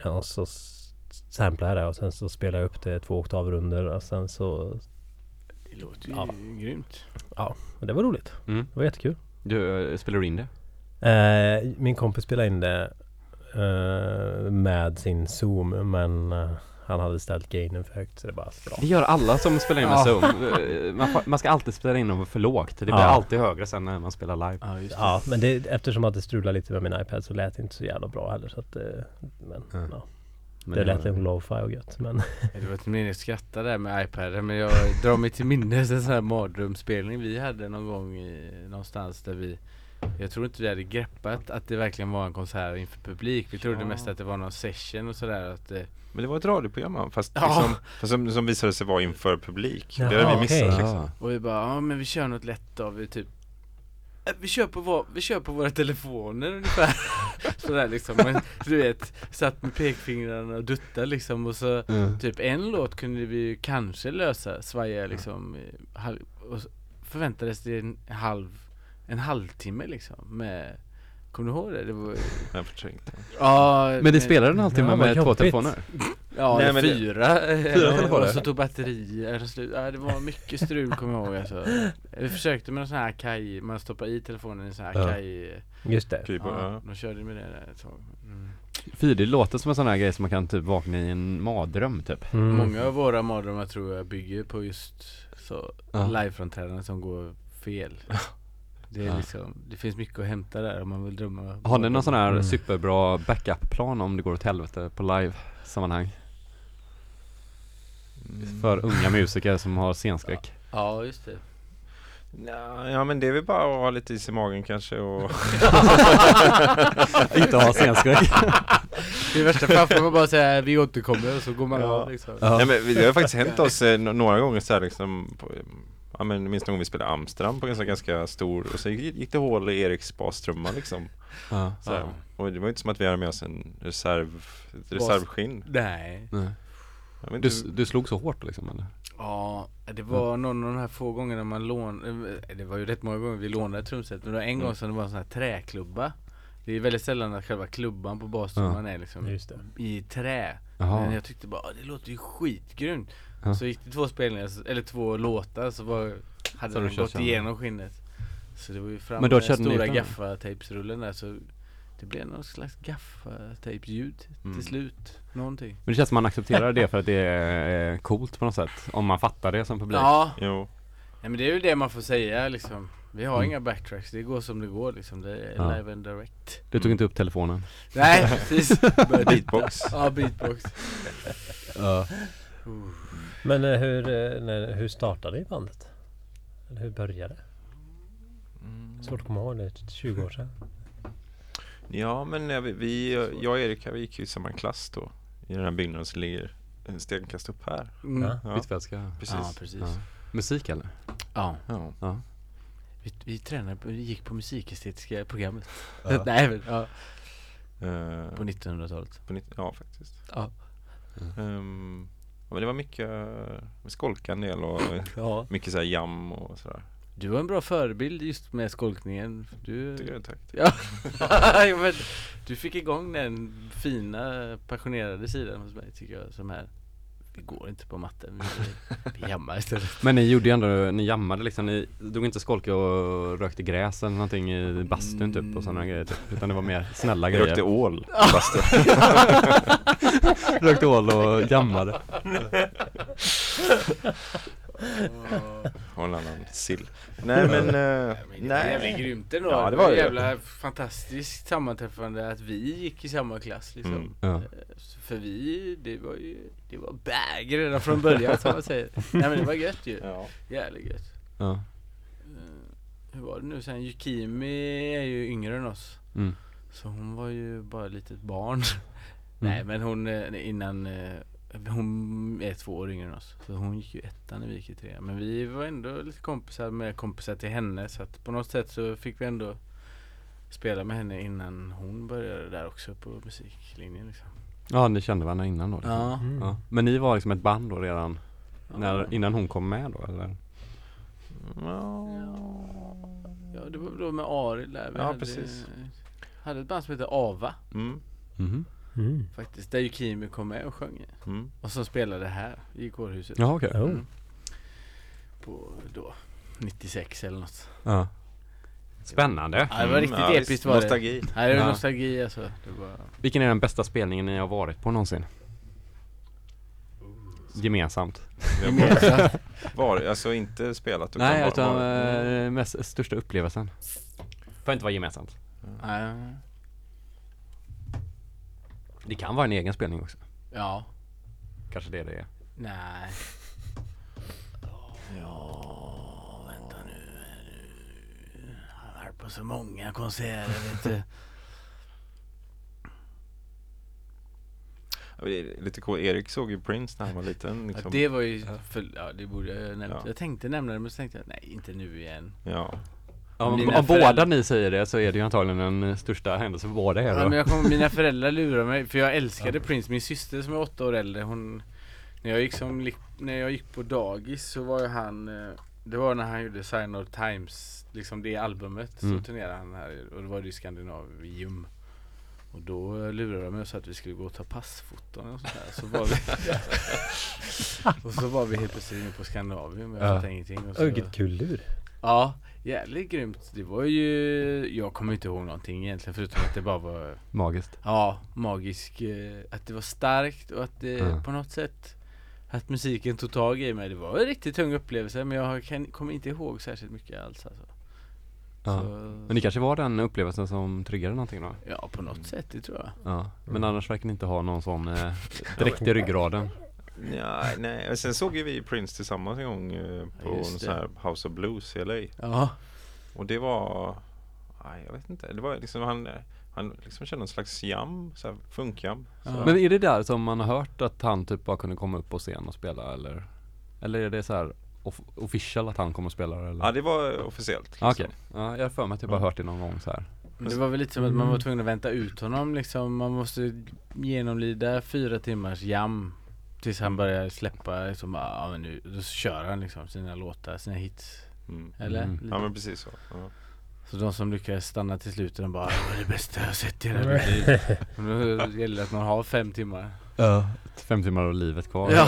Speaker 2: och så s- samplade jag det och sen så spelade jag upp det två oktaver under och sen så
Speaker 3: Det låter ju
Speaker 2: Ja.
Speaker 3: grymt.
Speaker 2: ja, men det var roligt.
Speaker 1: Mm.
Speaker 2: Det var jättekul.
Speaker 1: Du, eh, spelar du in det?
Speaker 2: Eh, min kompis spelade in det eh, med sin Zoom men eh, han hade ställt gainen för högt så det bara bra.
Speaker 1: Det gör alla som spelar in med
Speaker 2: Ja.
Speaker 1: Zoom. Eh, man, får- man ska alltid spela in dem för lågt. Det blir
Speaker 2: Ja.
Speaker 1: alltid högre sen när man spelar live.
Speaker 3: Ja, just det.
Speaker 2: Ja, men det, eftersom att det strulade lite med min iPad så lät det inte så jävla bra heller så att, eh, men
Speaker 1: Mm.
Speaker 2: ja.
Speaker 1: Men
Speaker 2: Det lät
Speaker 1: var-
Speaker 2: en lo-fi och gött men
Speaker 3: Det var inte meningen att skratta där med iPaden, men jag drar mig till minnes en sån här mardrömsspelning vi hade någon gång i, någonstans där vi, jag tror inte vi hade greppat att det verkligen var en konsert inför publik. Vi trodde
Speaker 4: Ja.
Speaker 3: mest att det var någon session och sådär, att det,
Speaker 4: Men det var ett radioprogram fast,
Speaker 3: Ja.
Speaker 4: liksom, fast som, som visade sig vara inför publik.
Speaker 2: Jaha,
Speaker 4: det hade vi missat
Speaker 2: okej.
Speaker 4: liksom.
Speaker 1: Ja.
Speaker 3: och vi bara, ja men vi kör något lätt då, vi typ "Äh, vi kör på vår, vi kör på våra telefoner ungefär." Sådär liksom, men du vet, satt med pekfingrarna och duttade liksom, och så
Speaker 1: Mm.
Speaker 3: typ en låt kunde vi ju kanske lösa, svaja liksom i halv, och så förväntades det en halv en halvtimme liksom med, kommer du ihåg det? Det var
Speaker 4: Jag förträngde.
Speaker 3: ja,
Speaker 1: Men det spelade en halvtimme
Speaker 2: Ja, vad
Speaker 1: med två
Speaker 2: jobbigt.
Speaker 1: telefoner.
Speaker 3: ja,
Speaker 4: Nej,
Speaker 3: nej,
Speaker 4: men det-
Speaker 3: fyra
Speaker 1: Fyra
Speaker 3: och,
Speaker 1: telefoner.
Speaker 3: och så tog batterier slut. Ja, det var mycket strul kommer jag ihåg alltså. Vi försökte med en sån här kaj, man stoppar i telefonen i en sån här
Speaker 2: Ja.
Speaker 3: kaj.
Speaker 2: just det.
Speaker 4: Keyboard,
Speaker 3: Ja,
Speaker 4: ja.
Speaker 3: de körde med det där ett tag. Mm.
Speaker 1: Fyra, det låter som en sån här grej som man kan typ vakna i en mardröm typ.
Speaker 2: Mm.
Speaker 3: Många av våra mardrömmar tror jag bygger på just så
Speaker 1: Ja.
Speaker 3: liveframträdanden som går fel. Det är
Speaker 1: Ja.
Speaker 3: liksom, det finns mycket att hämta där om man vill drömma.
Speaker 1: Har ni någon sån här
Speaker 2: Mm.
Speaker 1: superbra backup-plan om det går åt helvete på live-sammanhang? För unga musiker som har scenskräck.
Speaker 3: Ja, just det.
Speaker 4: Ja, ja men det är väl bara att ha lite is i magen kanske och
Speaker 1: Inte ha scenskräck.
Speaker 3: I värsta fall får man bara säga vi återkommer och så går man
Speaker 4: Ja.
Speaker 3: av liksom.
Speaker 1: Ja.
Speaker 4: Nej, men det har faktiskt hänt oss eh, no- några gånger så här liksom på, ja men minst någon gång vi spelade Amsterdam på en sån ganska stor och så gick, gick det hål i Eriks bastrumma liksom
Speaker 1: Ja.
Speaker 4: så här.
Speaker 3: Ja.
Speaker 4: Och det var inte som att vi hade med oss en reserv ett reservskinn.
Speaker 3: Nej.
Speaker 1: Nej.
Speaker 4: Jag vet
Speaker 1: Du,
Speaker 4: inte-
Speaker 1: du slog så hårt liksom eller?
Speaker 3: Ja, det var någon av de här få gångerna man lånade, det var ju rätt många gånger vi lånade ett trumset, men det var en gång som det var en sån här träklubba. Det är väldigt sällan att själva klubban på bastrumman är liksom
Speaker 2: Just det.
Speaker 3: i trä.
Speaker 1: Jaha.
Speaker 3: Men jag tyckte bara, det låter ju skitgrymt.
Speaker 1: Ja.
Speaker 3: Så gick det två spelningar, så- eller två låtar, så var, hade
Speaker 1: Så du
Speaker 3: den
Speaker 1: kört
Speaker 3: gått
Speaker 1: sönder.
Speaker 3: igenom skinnet. Så det var ju fram
Speaker 1: Men då
Speaker 3: med
Speaker 1: körde ni
Speaker 3: stora
Speaker 1: fram.
Speaker 3: gaffatejpsrullen där, så det blev någon slags gaffatejpsljud
Speaker 4: Mm.
Speaker 3: till slut. Någonting.
Speaker 1: Men det känns som man accepterar det för att det är eh, coolt på något sätt. Om man fattar det som publik.
Speaker 3: Ja,
Speaker 4: Jo.
Speaker 3: ja, men det är ju det man får säga liksom. Vi har
Speaker 1: Mm.
Speaker 3: inga backtracks, det går som det går liksom. Det är
Speaker 1: Ja.
Speaker 3: live and direct.
Speaker 1: Du tog inte upp telefonen.
Speaker 3: Nej, precis.
Speaker 4: Beatbox.
Speaker 3: Ja, beatbox.
Speaker 1: Ja.
Speaker 2: Men eh, hur, eh, när, hur startade ni bandet? Eller hur började det? Svårt att komma ihåg, det är tjugo år sedan.
Speaker 4: Ja men eh, vi, vi jag och Erik vi gick ju i samma klass då i den här byggnaden som ligger en stenkast upp här.
Speaker 3: Mm.
Speaker 2: Ja.
Speaker 4: Ja,
Speaker 1: Hvitfeldtska.
Speaker 4: precis.
Speaker 3: Ja, precis.
Speaker 1: Ja. Musik eller?
Speaker 3: Ja.
Speaker 4: Ja.
Speaker 1: Ja.
Speaker 3: Vi, vi tränade, på- vi gick på musikestetiska programmet.
Speaker 2: Ja.
Speaker 3: Nej men, ja.
Speaker 4: Eh,
Speaker 3: På nittonhundratalet.
Speaker 4: på nitt- ja faktiskt.
Speaker 3: Ja.
Speaker 4: Ehm, ja, men det var mycket uh, skolka en del och eh,
Speaker 3: Ja.
Speaker 4: mycket så här jam och sådär.
Speaker 3: Du var en bra förebild just med skolkningen. Du,
Speaker 4: Tycker jag, tack.
Speaker 3: ja. Ja, men du fick igång den fina, passionerade sidan hos mig tycker jag. Som här, vi går inte på matten, vi, vi jammar istället.
Speaker 1: Men ni gjorde ju ändå, ni jammade liksom, ni drog inte skolka och rökte gräs eller någonting i bastun typ och sådana grejer typ, utan det var mer snälla
Speaker 4: Jag
Speaker 1: grejer.
Speaker 4: rökte ål i bastun.
Speaker 1: Rökte ål och jammade.
Speaker 4: Och en annan sill. Nej men, uh,
Speaker 3: Det var jävligt
Speaker 4: nej.
Speaker 3: grymt ändå.
Speaker 4: Ja, det
Speaker 3: det
Speaker 4: var
Speaker 3: var
Speaker 4: det.
Speaker 3: jävla fantastiskt sammanträffande att vi gick i samma klass liksom.
Speaker 4: Mm.
Speaker 1: Ja.
Speaker 3: Eh, så För vi, det var ju, det var bag redan från början som man säger. Nej men det var gött ju.
Speaker 4: Ja.
Speaker 3: Jävligt gött.
Speaker 1: Ja.
Speaker 3: Eh, hur var det nu sen? Yukimi är ju yngre än oss.
Speaker 1: Mm.
Speaker 3: Så hon var ju bara ett litet barn. Nej men hon eh, innan eh, hon är två år yngre än oss. Så hon gick ju ettan när vi gick i tre. Men vi var ändå lite kompisar med kompisar till henne. Så att på något sätt så fick vi ändå spela med henne innan hon började där också på musiklinjen liksom.
Speaker 1: Ja, ni kände varandra innan då liksom.
Speaker 3: Ja.
Speaker 2: Mm.
Speaker 1: Ja. Men ni var liksom ett band då redan
Speaker 3: Ja.
Speaker 1: när, innan hon kom med då eller?
Speaker 3: Ja, det var då med Arild där. Vi
Speaker 4: Ja,
Speaker 3: hade,
Speaker 4: precis.
Speaker 3: hade ett band som heter Ava.
Speaker 4: Mm.
Speaker 1: Mhm.
Speaker 2: Mm.
Speaker 3: Faktiskt, där ju Kimi kom med och sjöng.
Speaker 4: Mm.
Speaker 3: Och så spelade här i kårhuset.
Speaker 1: Ja, okej.
Speaker 2: Oh.
Speaker 3: Mm. På då nittiosex eller något.
Speaker 1: Ja. Spännande.
Speaker 3: Ja, det var riktigt
Speaker 4: ja,
Speaker 3: episkt
Speaker 4: visst,
Speaker 3: var det.
Speaker 4: nostalgi.
Speaker 3: Nej, det var
Speaker 1: Ja.
Speaker 3: nostalgi alltså. Det var...
Speaker 1: Vilken är den bästa spelningen ni har varit på någonsin? Gemensamt.
Speaker 4: Vi har bara varit, alltså inte spelat utan
Speaker 1: Nej,
Speaker 4: bara-
Speaker 1: utan
Speaker 4: bara-
Speaker 1: äh, mest största upplevelsen. Får inte vara gemensamt.
Speaker 3: Nej.
Speaker 1: Det kan vara en egen spelning också.
Speaker 3: Ja.
Speaker 1: Kanske det det är.
Speaker 3: Nej. Ja, vänta nu. nu. Jag har varit på så många konserter, vet du.
Speaker 4: Ja, det är lite cool. Erik såg ju Prince när han var liten. Liksom.
Speaker 3: Ja, det var ju, för, ja det borde jag nämnt.
Speaker 4: Ja.
Speaker 3: Jag tänkte nämna det men så tänkte jag, nej inte nu igen.
Speaker 4: Ja.
Speaker 1: Ja, om
Speaker 3: Mina
Speaker 1: om båda
Speaker 3: föräldrar-
Speaker 1: ni säger det så är det ju antagligen den eh, största händelsen för båda er
Speaker 3: Ja,
Speaker 1: då.
Speaker 3: men jag kom, mina föräldrar lurade mig, för jag älskade Prince. Min syster som är åtta år äldre, hon, när jag gick som, li- när jag gick på dagis så var ju han, eh, det var när han gjorde Sign of Times, liksom det albumet,
Speaker 1: Mm.
Speaker 3: så turnerade han här och det var det i Skandinavium. Och då lurade de mig och sa att vi skulle gå och ta passfoton och sånt där. Så var vi och så var vi helt plötsligt inne på Skandinavium och jag
Speaker 1: Ja.
Speaker 3: fattade ingenting. Och så,
Speaker 2: Oh, vilket kul lur.
Speaker 3: ja, jävligt grymt. Det var ju, jag kommer inte ihåg någonting egentligen förutom att det bara var
Speaker 1: Magiskt.
Speaker 3: ja, magisk, eh, att det var starkt och att det
Speaker 1: Ja.
Speaker 3: på något sätt att musiken tog tag i mig. Det var en riktigt tung upplevelse men jag kan, kommer inte ihåg särskilt mycket alls alltså.
Speaker 1: Ja.
Speaker 3: Så,
Speaker 1: Men det kanske var den upplevelsen som triggade någonting då?
Speaker 3: ja, på något sätt, det tror jag.
Speaker 1: Ja. Men annars verkar ni inte ha någon sån eh, direkt i ryggraden.
Speaker 4: Ja, nej, men sen såg ju vi Prince tillsammans en gång eh, på
Speaker 3: Ja, just
Speaker 4: någon
Speaker 3: det.
Speaker 4: sån här House of Blues i L A.
Speaker 3: Ja,
Speaker 4: Och det var, nej, jag vet inte, det var liksom han, han liksom kände en slags jam, så här funkjam. Så.
Speaker 3: Ja.
Speaker 1: Men är det där som man har hört att han typ bara kunde komma upp på scen och spela eller? Eller är det så här off- official att han kommer och spelar eller?
Speaker 4: Ja, det var officiellt. Liksom.
Speaker 1: Ah, okej. Ja, jag har för mig att jag bara hört det någon gång så här.
Speaker 3: men det var väl lite som att man var tvungen att vänta ut honom liksom. Man måste genomlida fyra timmars jam tills han börjar släppa liksom, bara, ja men nu, då kör han liksom sina låtar, sina hits.
Speaker 4: Mm.
Speaker 3: Eller?
Speaker 1: Mm.
Speaker 3: Lite.
Speaker 4: Ja, men precis så. Ja.
Speaker 3: Så de som lyckas stanna till slut, de bara, det var det bästa jag har sett i hela mitt liv. Men då gäller det att man har fem timmar.
Speaker 1: Ja. Fem timmar av livet kvar.
Speaker 3: Ja.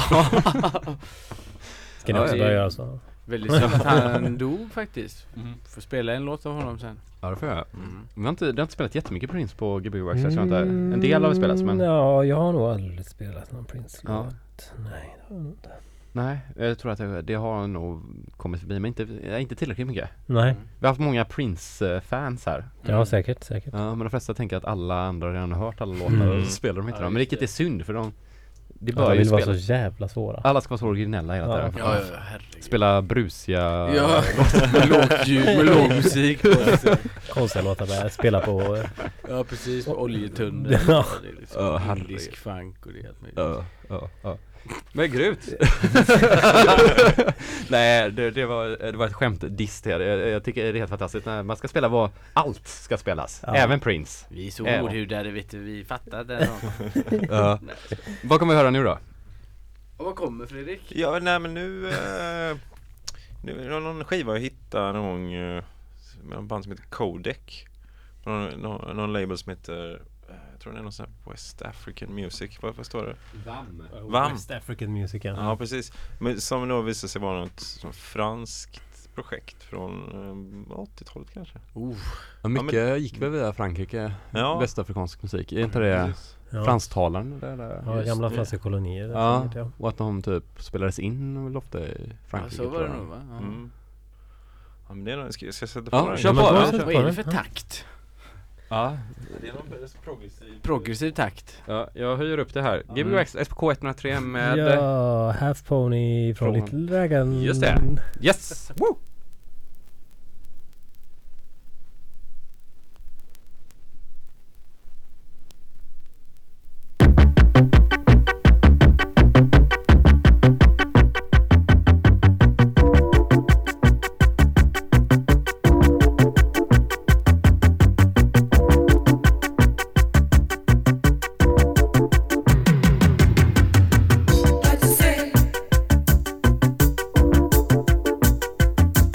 Speaker 2: Ska ni
Speaker 3: Ja,
Speaker 2: också
Speaker 3: det-
Speaker 2: börja göra så?
Speaker 3: Väldigt synd att han dog faktiskt.
Speaker 1: Mm.
Speaker 3: Får spela en låt av honom sen.
Speaker 1: Ja, det får jag.
Speaker 3: Mm.
Speaker 1: Vi har inte, det har inte spelat jättemycket Prince på G B U Access, jag tror inte. En del har vi spelat men...
Speaker 2: Ja, jag har nog aldrig spelat någon Prince-låt.
Speaker 1: Ja.
Speaker 2: Nej, det har jag nog inte.
Speaker 1: Nej, jag tror att det, det har nog kommit förbi, men inte, ja, inte tillräckligt mycket.
Speaker 2: Nej,
Speaker 1: Vi har haft många Prince-fans här.
Speaker 2: ja säkert, säkert.
Speaker 1: Ja, men de flesta tänker att alla andra redan har hört alla låtar
Speaker 2: Mm.
Speaker 1: och så spelar de inte
Speaker 3: Ja,
Speaker 1: dem. Men
Speaker 3: just
Speaker 1: vilket är synd för de, det
Speaker 2: Ja,
Speaker 1: bör
Speaker 2: de
Speaker 1: ju
Speaker 2: vill vara
Speaker 1: spela.
Speaker 2: så jävla svåra.
Speaker 1: Alla ska vara så originella hela
Speaker 2: Ja.
Speaker 1: tiden.
Speaker 3: Ja, ja, herregud.
Speaker 1: Spela brusiga...
Speaker 3: Ja, med lågt ljud, med låg musik på det.
Speaker 2: Konstiga låtar med spela på.
Speaker 3: Ja, precis, på oljetunnel.
Speaker 2: Ja.
Speaker 3: Det är liksom
Speaker 1: Ja, herregud.
Speaker 3: indisk funk och det är allt möjligt.
Speaker 1: Ja, ja, ja. Men grymt! Nej, det, det, var, det var ett skämt diss här. Jag, jag tycker det är helt fantastiskt när man ska spela vad allt ska spelas.
Speaker 2: Ja.
Speaker 1: Även Prince.
Speaker 3: Vi är så
Speaker 1: Ja.
Speaker 3: ordhudade, vet du, vi fattar det.
Speaker 1: Ja. Vad kommer vi höra nu då?
Speaker 3: Och vad kommer Fredrik?
Speaker 4: Ja, nej men nu, eh, nu är det någon skiva jag hittade någon gång eh, med en band som heter Codec. Någon, någon, någon label som heter, eh, jag tror det är någon sån här West African Music, vad, vad står det?
Speaker 1: Vam.
Speaker 4: Vam.
Speaker 2: West African Music. Ja.
Speaker 4: Ja, precis. Men som då visade sig vara något som franskt projekt från eh, åttiotalet kanske.
Speaker 3: Oh,
Speaker 1: Ja, mycket
Speaker 4: Ja,
Speaker 1: gick väl via Frankrike.
Speaker 4: Ja.
Speaker 1: Västafrikansk musik. Är inte det
Speaker 4: Precis.
Speaker 2: Ja.
Speaker 1: fransktalande? Eller?
Speaker 2: Ja,
Speaker 3: Just
Speaker 2: gamla
Speaker 3: det.
Speaker 2: franska kolonier.
Speaker 1: Ja,
Speaker 2: säkert, ja.
Speaker 1: och att de typ spelades in väl ofta i
Speaker 3: ja,
Speaker 1: Frankrike.
Speaker 3: så var
Speaker 1: tror
Speaker 3: det
Speaker 1: jag.
Speaker 3: nog va? Ja.
Speaker 4: Mm. Ja, men det är någon, ska, ska jag sätta på
Speaker 1: Ja,
Speaker 4: den?
Speaker 1: kör
Speaker 2: men
Speaker 1: på.
Speaker 2: då
Speaker 1: Ja,
Speaker 2: sätter
Speaker 3: Vad är det
Speaker 2: den.
Speaker 3: för
Speaker 2: Ja.
Speaker 3: takt?
Speaker 1: Ja.
Speaker 4: Det är någon progressiv.
Speaker 3: Progressiv takt.
Speaker 1: Ja, jag höjer upp det här. G B U X S P K ett noll tre med...
Speaker 2: Ja, Half Pony från
Speaker 1: Från-
Speaker 2: Little Dragon.
Speaker 1: Just det. Yes! Woo!
Speaker 7: Like to say,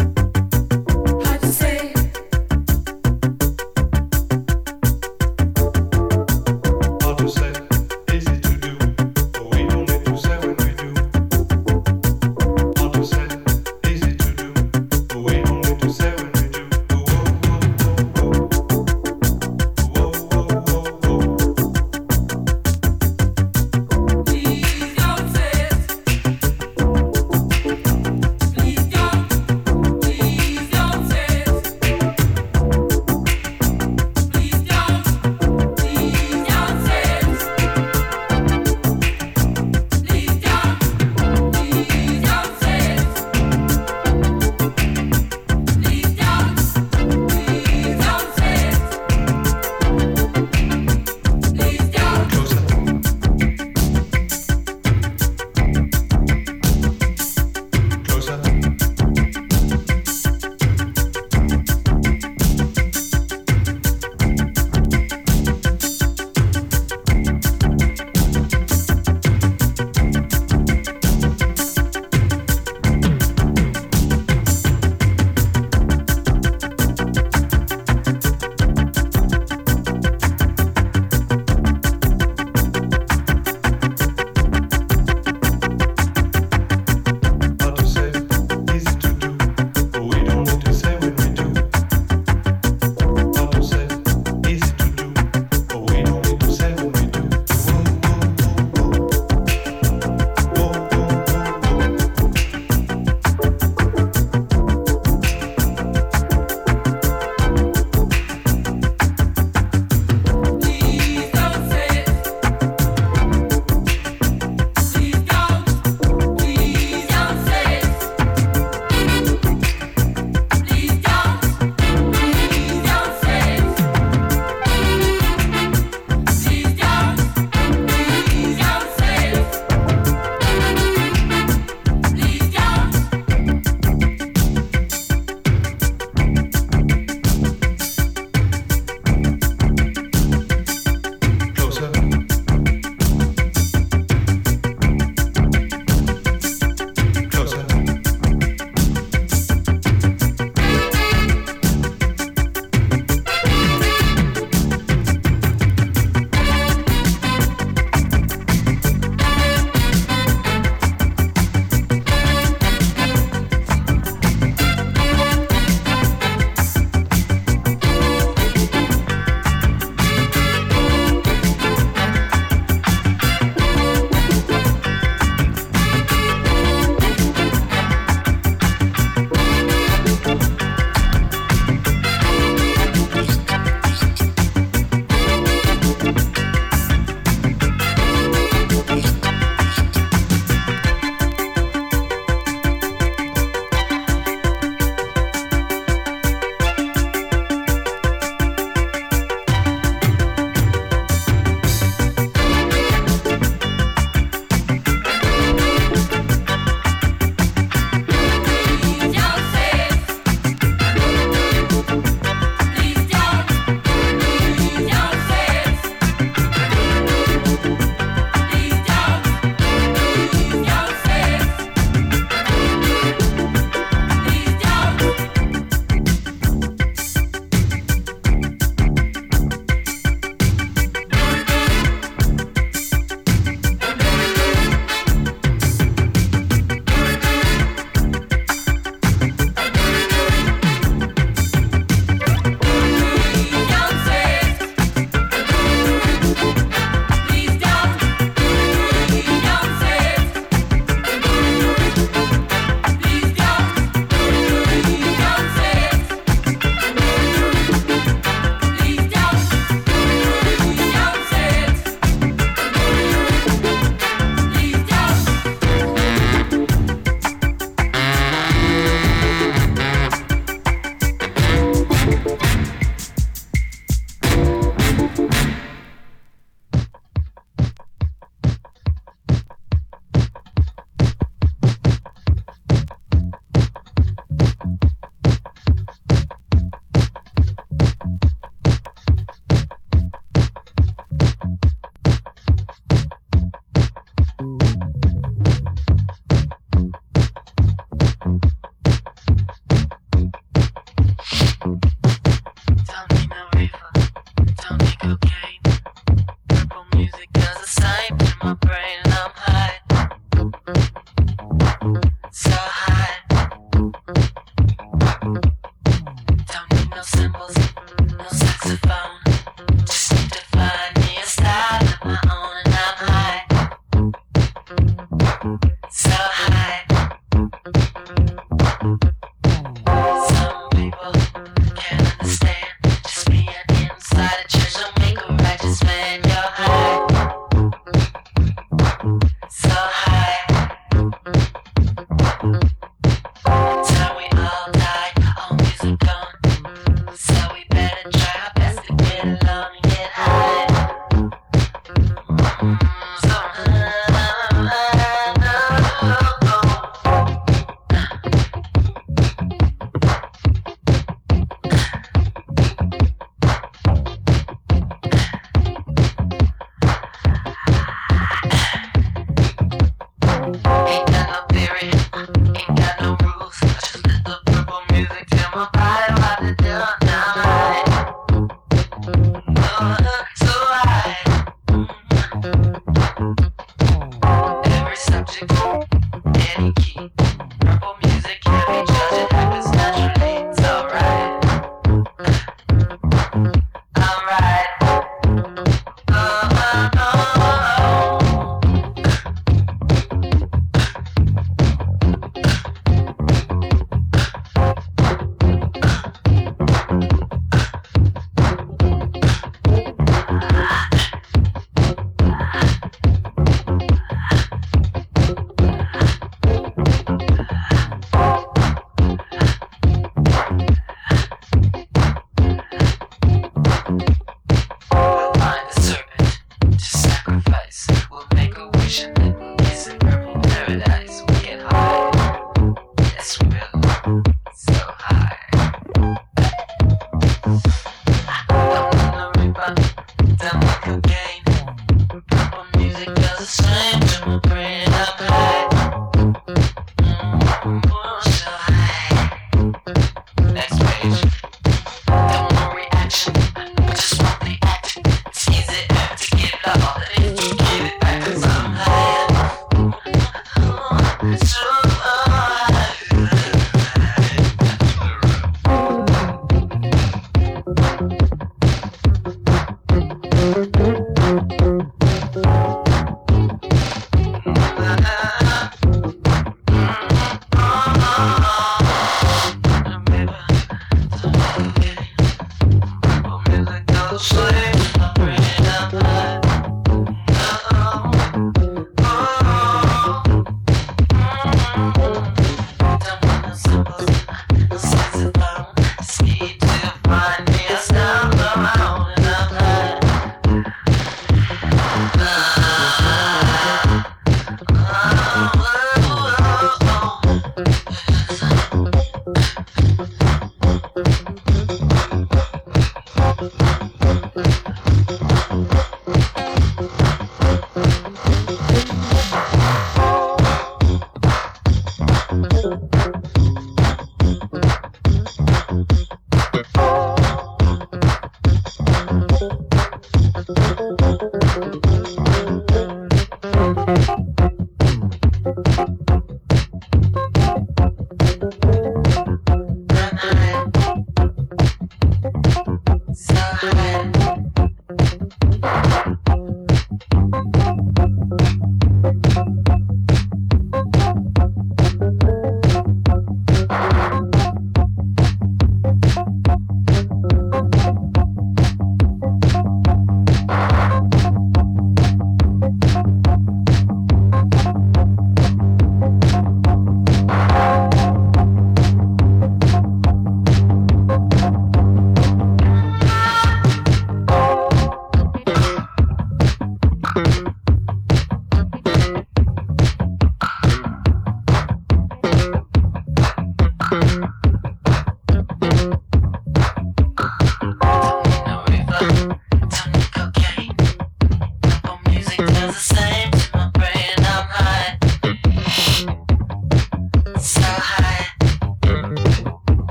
Speaker 7: so high. Some people can't understand. Just being inside a church don't make a righteous man. You're high, so high. Till we all die, all music gone. So we better try our best to get along and get high. Mm, so high.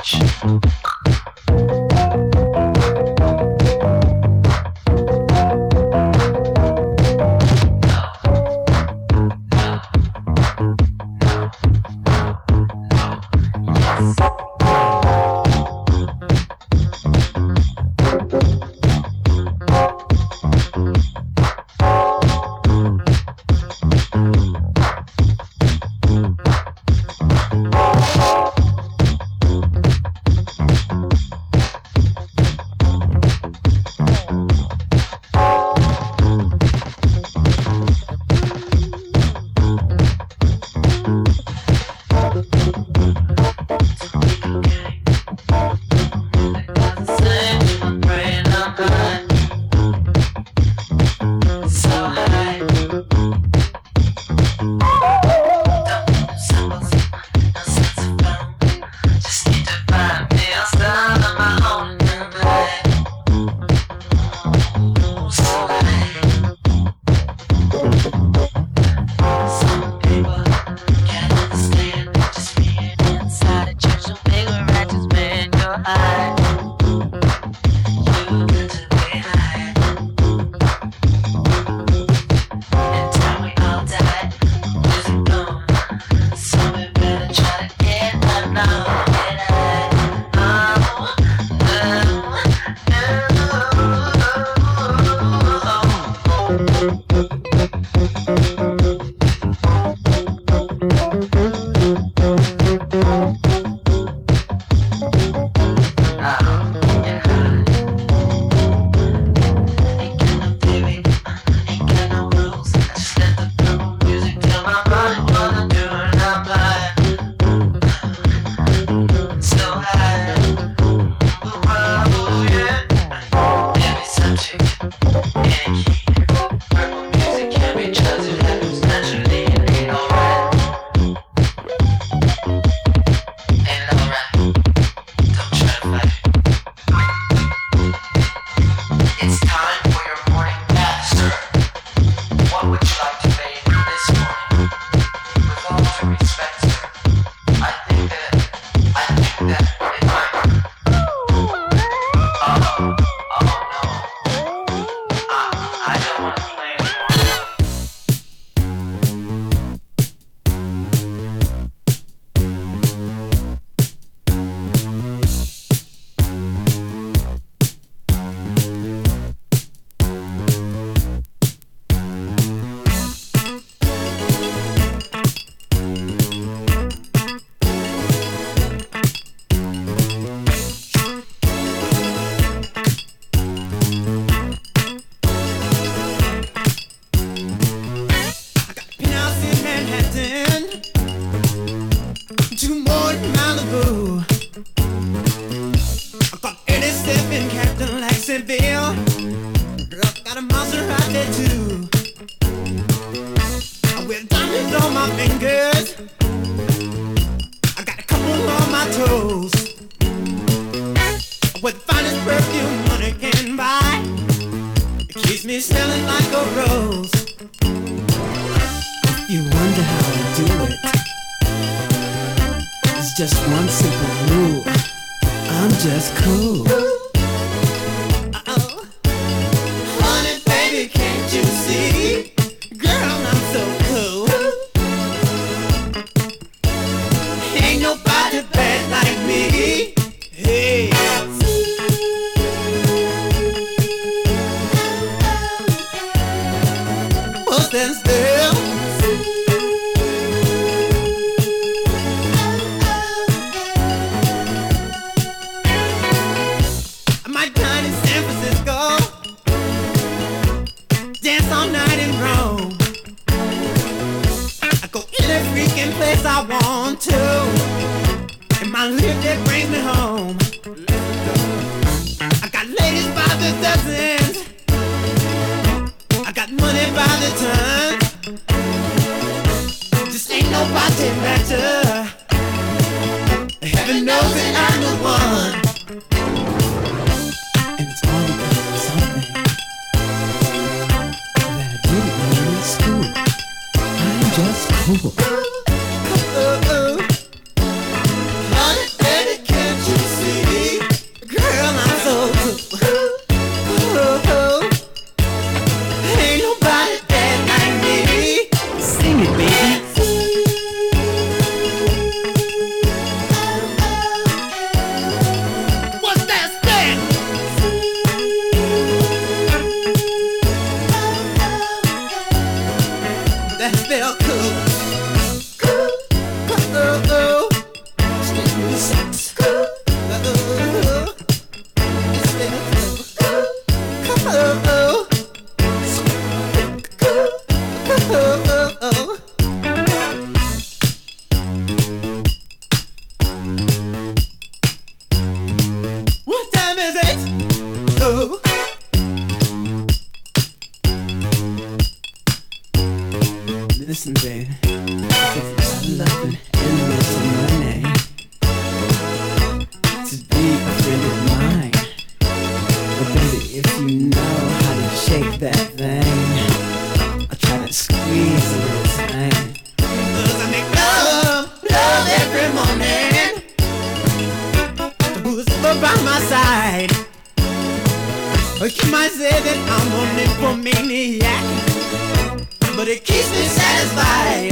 Speaker 11: Honey, baby, can't you Listen, baby, it's loving enemies of money to be a friend of mine. But baby, if you know how to shake that thing, I'll try to squeeze a little thing. Cause I make love, love every morning. Who's by my side? Or you might say that I'm a nymphomaniac, but it keeps me satisfied.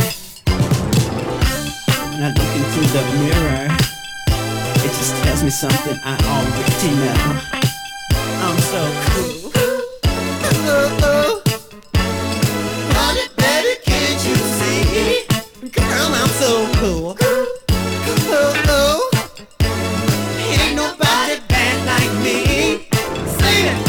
Speaker 11: When I look into the mirror, it just tells me something I already know. I'm so cool. Ooh, ooh. Honey, baby, can't you see? Girl, I'm so cool. Ooh, ooh. Ain't nobody bad like me. Sing it.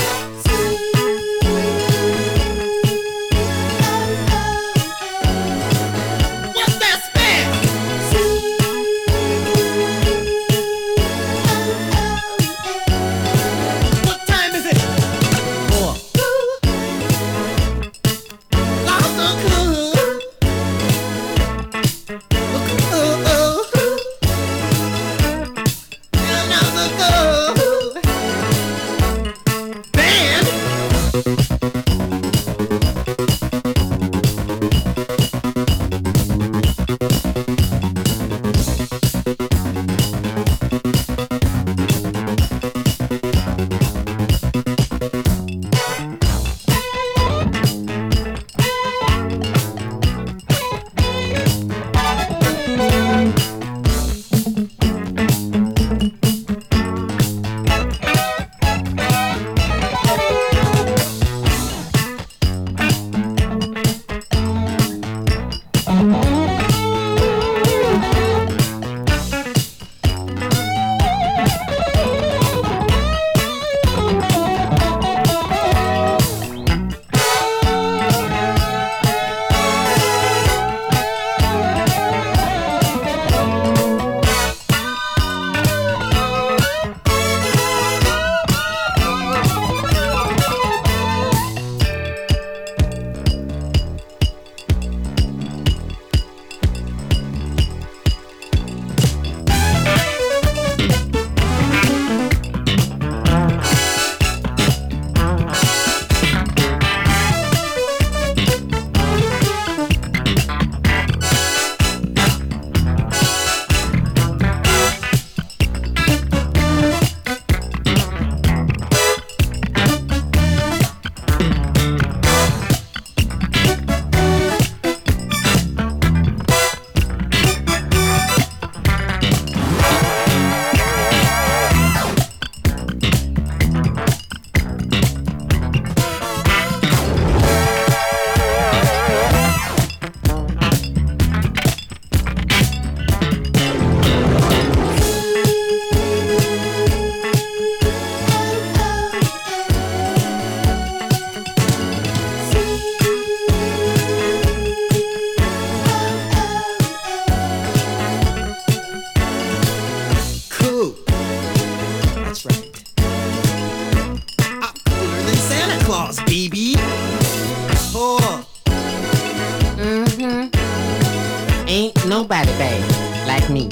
Speaker 12: Nobody bad like me.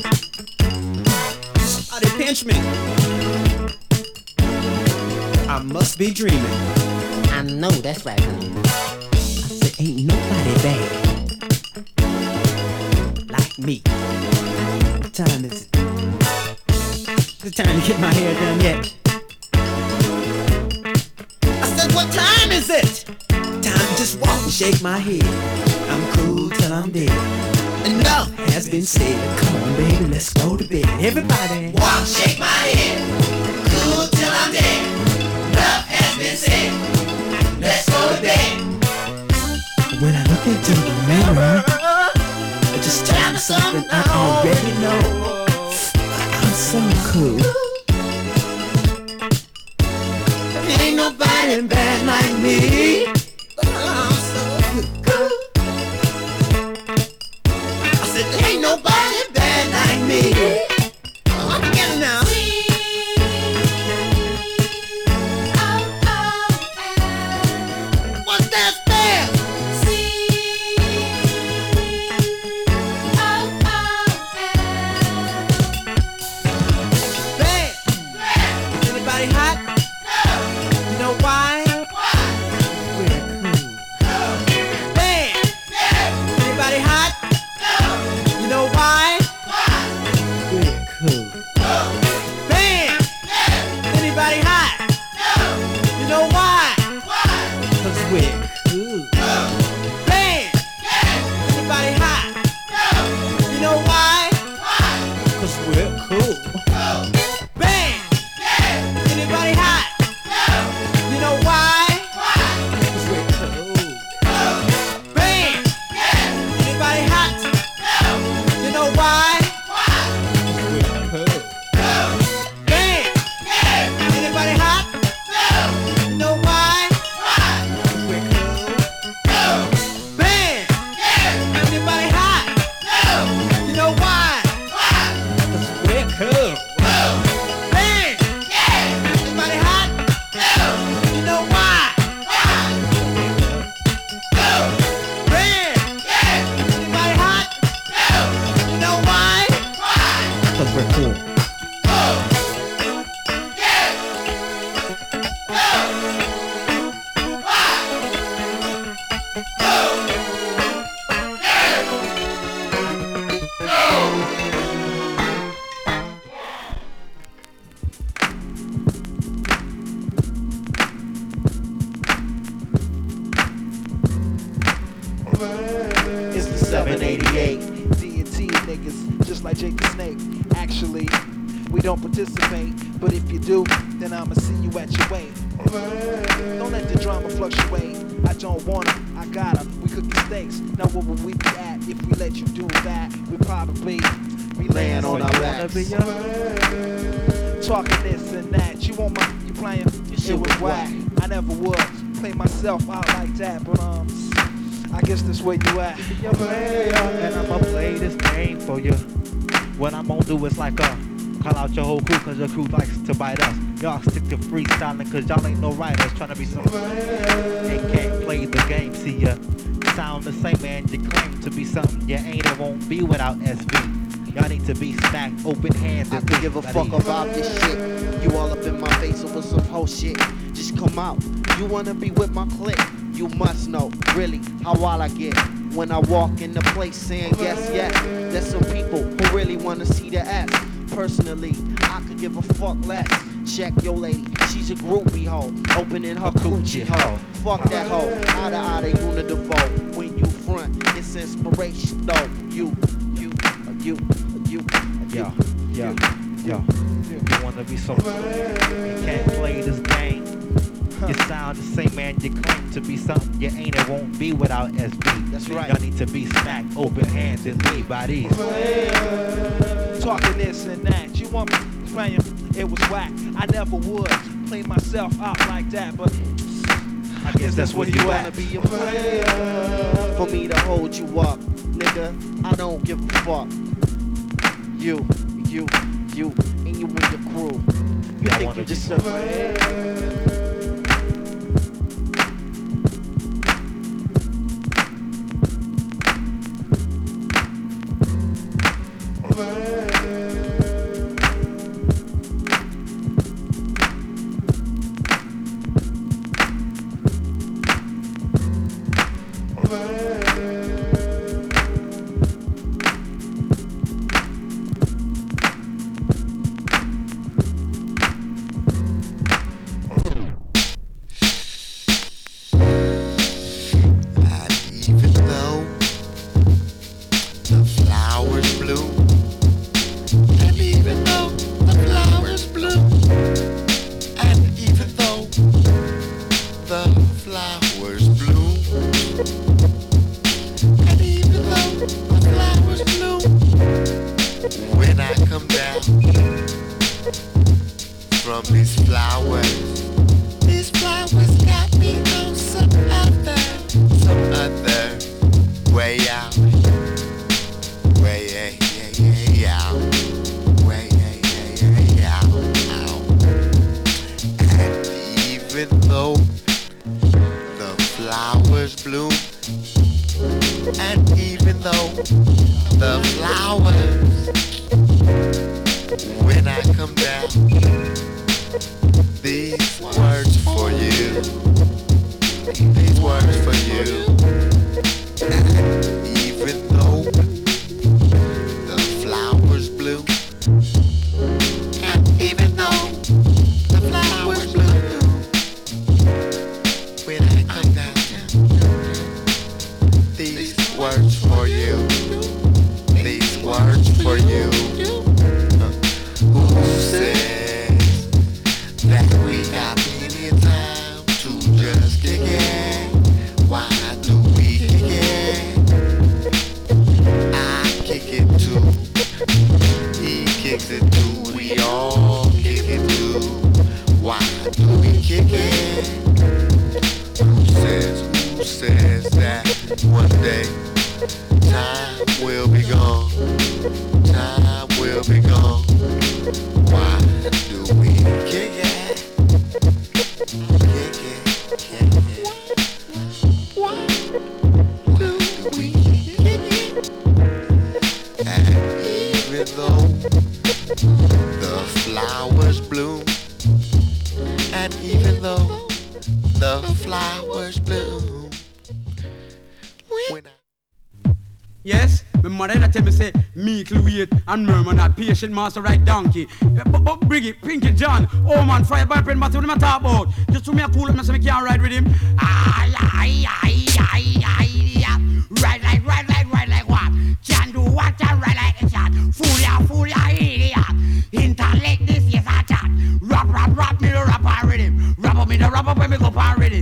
Speaker 11: Oh, they pinch me. I must be dreaming.
Speaker 12: I know that's right, honey.
Speaker 11: I said, ain't nobody bad like me. What time is it? Is it time to get my hair done yet? I said, what time is it? Time to just walk and shake my head. I'm cool till I'm dead. Enough has been said. Come on, baby, let's go to bed. Everybody, walk, shake my head. Cool till I'm dead. Enough has been said. Let's go to bed. When I look into the mirror, I just tell me something I already know. I'm so cool. Ain't nobody bad like me. I'm so cool. Ain't nobody bad like me. Oh, I'm getting now. What's that spell?
Speaker 13: seven eighty-eight. D and T niggas, just like Jake the Snake. Actually, we don't participate, but if you do, then I'ma see you at your weight. Don't let the drama fluctuate. I don't wanna, I gotta. We cooking steaks. Now what would we be at if we let you do that? We'd probably be laying on our backs. Talking this and that. You want my, you playing? It was whack. I never would play myself out like that, but um, I guess that's where you at.
Speaker 14: Be a player, and I'ma play this game for you. What I'm gonna do is like uh, call out your whole crew, cause your crew likes to bite us. Y'all stick to freestyling, cause y'all ain't no writers trying to be something. And can't play the game, see ya. Sound the same, man, you claim to be something you ain't and won't be without S V. Y'all need to be smacked, open hands.
Speaker 15: I could give a fuck about this shit. You all up in my face over some whole shit. Just come out. You wanna be with my clique? You must know, really, how wild I get when I walk in the place saying yes, yes. There's some people who really wanna see the ass. Personally, I could give a fuck less. Check your lady, she's a groupie hoe, opening her coochie hoe. Fuck that hoe, outta outta unidevo. When you front, it's inspiration though. You, you, you, you,
Speaker 14: yo, yo, yo. You wanna be so cool, you can't play this game. You sound the same, man, you claim to be something you ain't and won't be without S B.
Speaker 15: That's right.
Speaker 14: Y'all need to be smacked, open hands, and lead by these.
Speaker 13: Talking this and that. You want me playing? It was whack. I never would play myself out like that, but
Speaker 14: I guess that's where you
Speaker 15: wanna
Speaker 14: at.
Speaker 15: be a player. For me to hold you up, nigga, I don't give a fuck. You, you, you, and you and your crew. You
Speaker 14: Y'all
Speaker 15: think you just a
Speaker 16: and murmur not patient master right donkey. But, but Briggy, Pinky John, oh man, fire by print, but what am I talk about? Just to me a cool up, so me can't ride with him. Aye, aye, aye, aye, aye, yeah. Ride like, ride like, ride like what?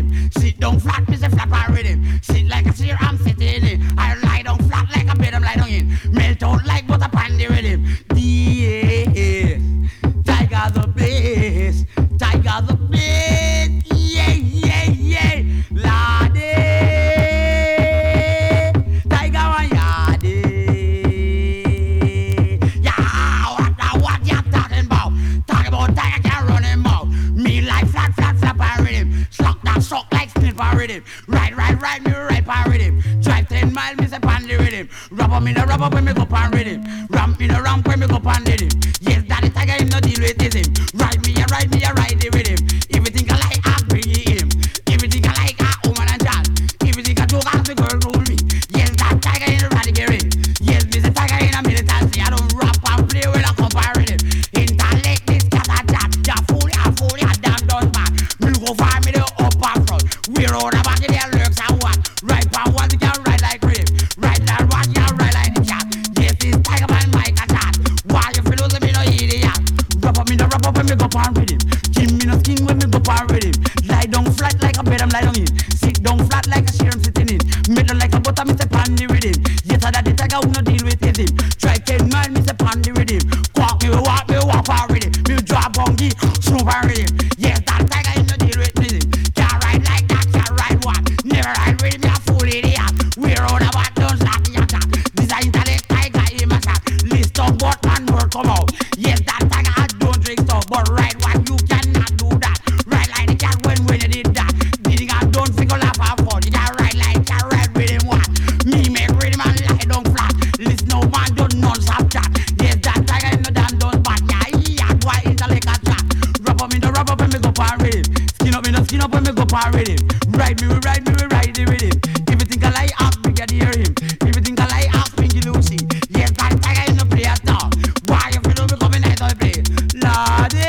Speaker 16: rhythm. Sit down flat, me say flap and rhythm. Sit like a chair, I'm sitting in it. I lie down flat like a bed, I'm lie down in. Melt out like butter pan the rhythm. D S Tiger the bass, Tiger the bass. Yeah, yeah, yeah. Lade, Tiger one yardie. Yeah, what the what you talking about? Talking about Tiger can't run him out. Me like flat, flat, flap and rhythm. Slug that suck like split and rhythm. Ride, ride, ride, me right and rhythm. Drive ten miles, me say pan the rhythm. Rub up me the rub up when me go pan rhythm. Ramp me the ramp when me go pan rhythm. Yes, daddy Tiger him no deal with him. Ride me, a ride me, a ride the rhythm. If you think I like, I bring it him. If you think I like, I woman and child. If you think I joke, I the girl rule me. Yes, that Tiger in the radical ring. Yes, me say Tiger in a militancy. I don't rap and play with a compare rhythm. Intellect this cat and chat. Ya fool, ya fool, ya damn done bad. Me go far me the up and front. We roll the back in their lurks and what. Right and what, you can ride like rave. Right and what, you can ride like the cat. Yes, this Tiger man Mike a chat. Why you feel losing me no idiot? Rub up me the rub up when me go pan with him. Give me no skin when me go pan with him. Lie down flat like a bed, I'm lie down in. Sit down flat like a chair, I'm sitting in. Middle like a butter, me say pan the rhythm. Yes, I that the Tiger who no deal with him. Try ten mile, me say pan the rhythm. Quack me, walk me, walk pan with him. Me draw bungie, snoop pan with him. Yes, that Tiger he no deal with him. Can't ride like that, can't ride what? Never ride with him, you fool idiot. We're on about don't stop me a chat. This is intellect Tiger in my chat. List of what man work come out. Yes, that Tiger I don't drink stuff, but ride what you cannot do that. Ride like the cat when when you did that. Did I don't figure laugh and fall. You can ride like a ride with him what? Me make rhythm and lie down flat. Listen no man don't non-stop chat. Yes, that Tiger in the damn don't bad. Yeah, yeah, why intellect a chat? Rub up me the rub up when me go pan rhythm. Skin up me the skin up when me go pan rhythm. Ride me, we ride me, we ride the rhythm. If you think I lie, ask me, get hear him. If you think I lie, ask Pinky Lucy. Yes, that Tiger in the play at all. Why you feel me coming nice on play? Lade,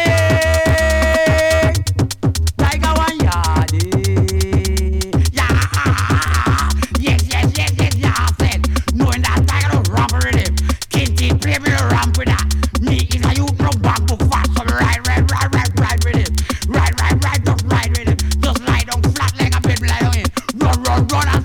Speaker 16: Tiger one yardie. Yeah, yes, yes, yes, yes, yeah, I said. Knowing that Tiger don't ramp with him. Kinty play me the ramp with that. Me is a youth no back book fast. So me ride, ride, ride, ride, ride with him. Ride, ride, ride, just ride with him. Just lie down flat like a bed lie down in. Run, run, run and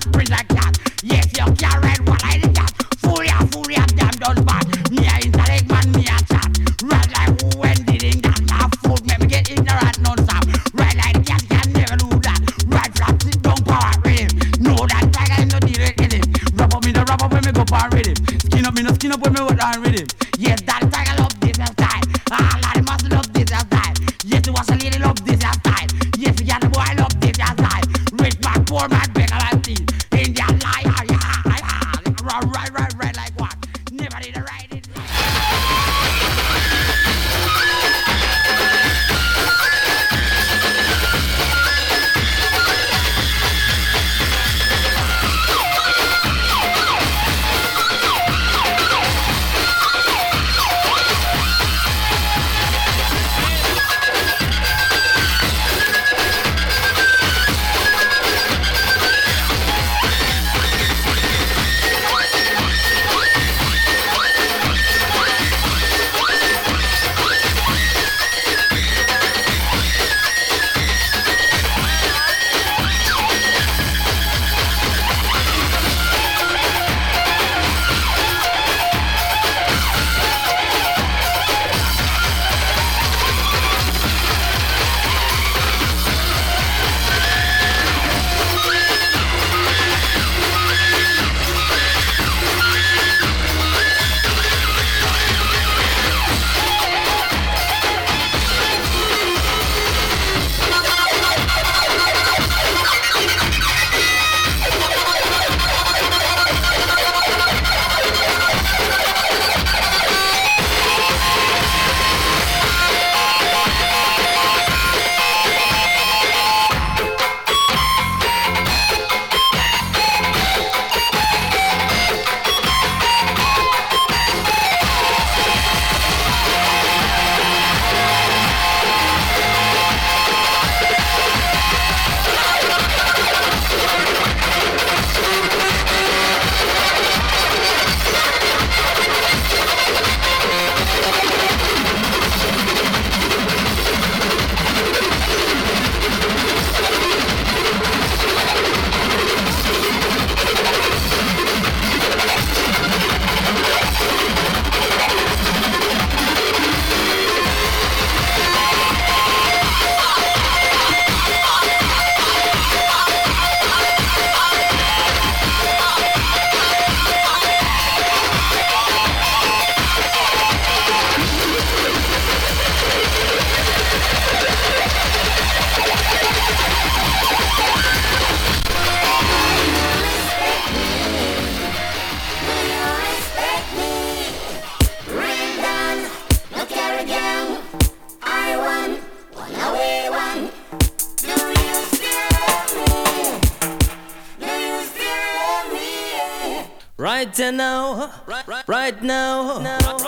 Speaker 17: Right now, right now,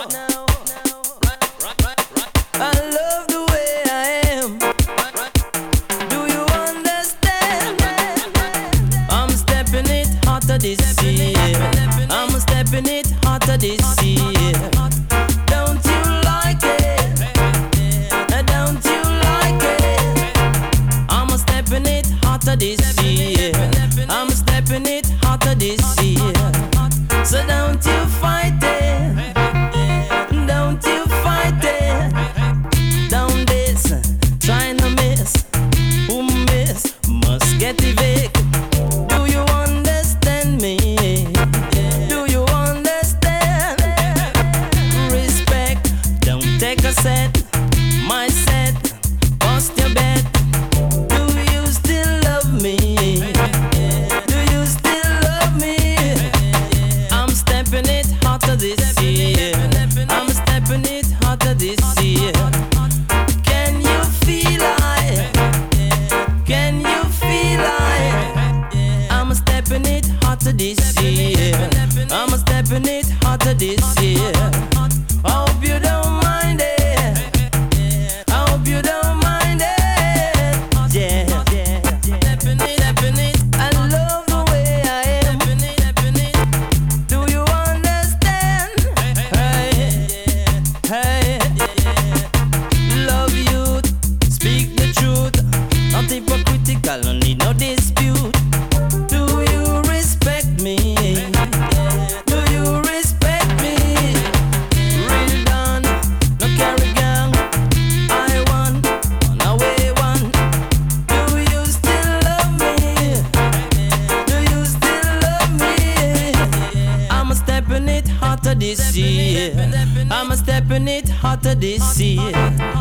Speaker 17: I love the way I am. Do you understand? I'm stepping it hotter this year. I'm stepping it hotter this year. Don't you like it? Don't you like it? I'm stepping it hotter this year. I'm stepping it hotter this year. So don't you fight it. Don't you fight it. Don't this, trying to miss. Who miss must get evicted. Do you understand me? Do you understand? Respect, don't take a set. My set, bust your bet. Do you still love me? Do you still love me? I'm stepping it hotter this year. I'm stepping it hotter this year. Can you feel it? Can you feel it? I'm stepping it hotter this year. I'm stepping it hotter this year. I hope you don't mind it. I hope you don't mind it. Yeah, yeah, stepping it, stepping it. I love the way I am. Do you understand? Hey, hey, love you. Speak the truth. Not hypocritical. No need no dispute. Do you respect me? Do you respect me? Real done. No carry gang. I won. On our way one. Do you still love me? Do you still love me? I'm stepping it hotter this year. I'm stepping it hotter this year.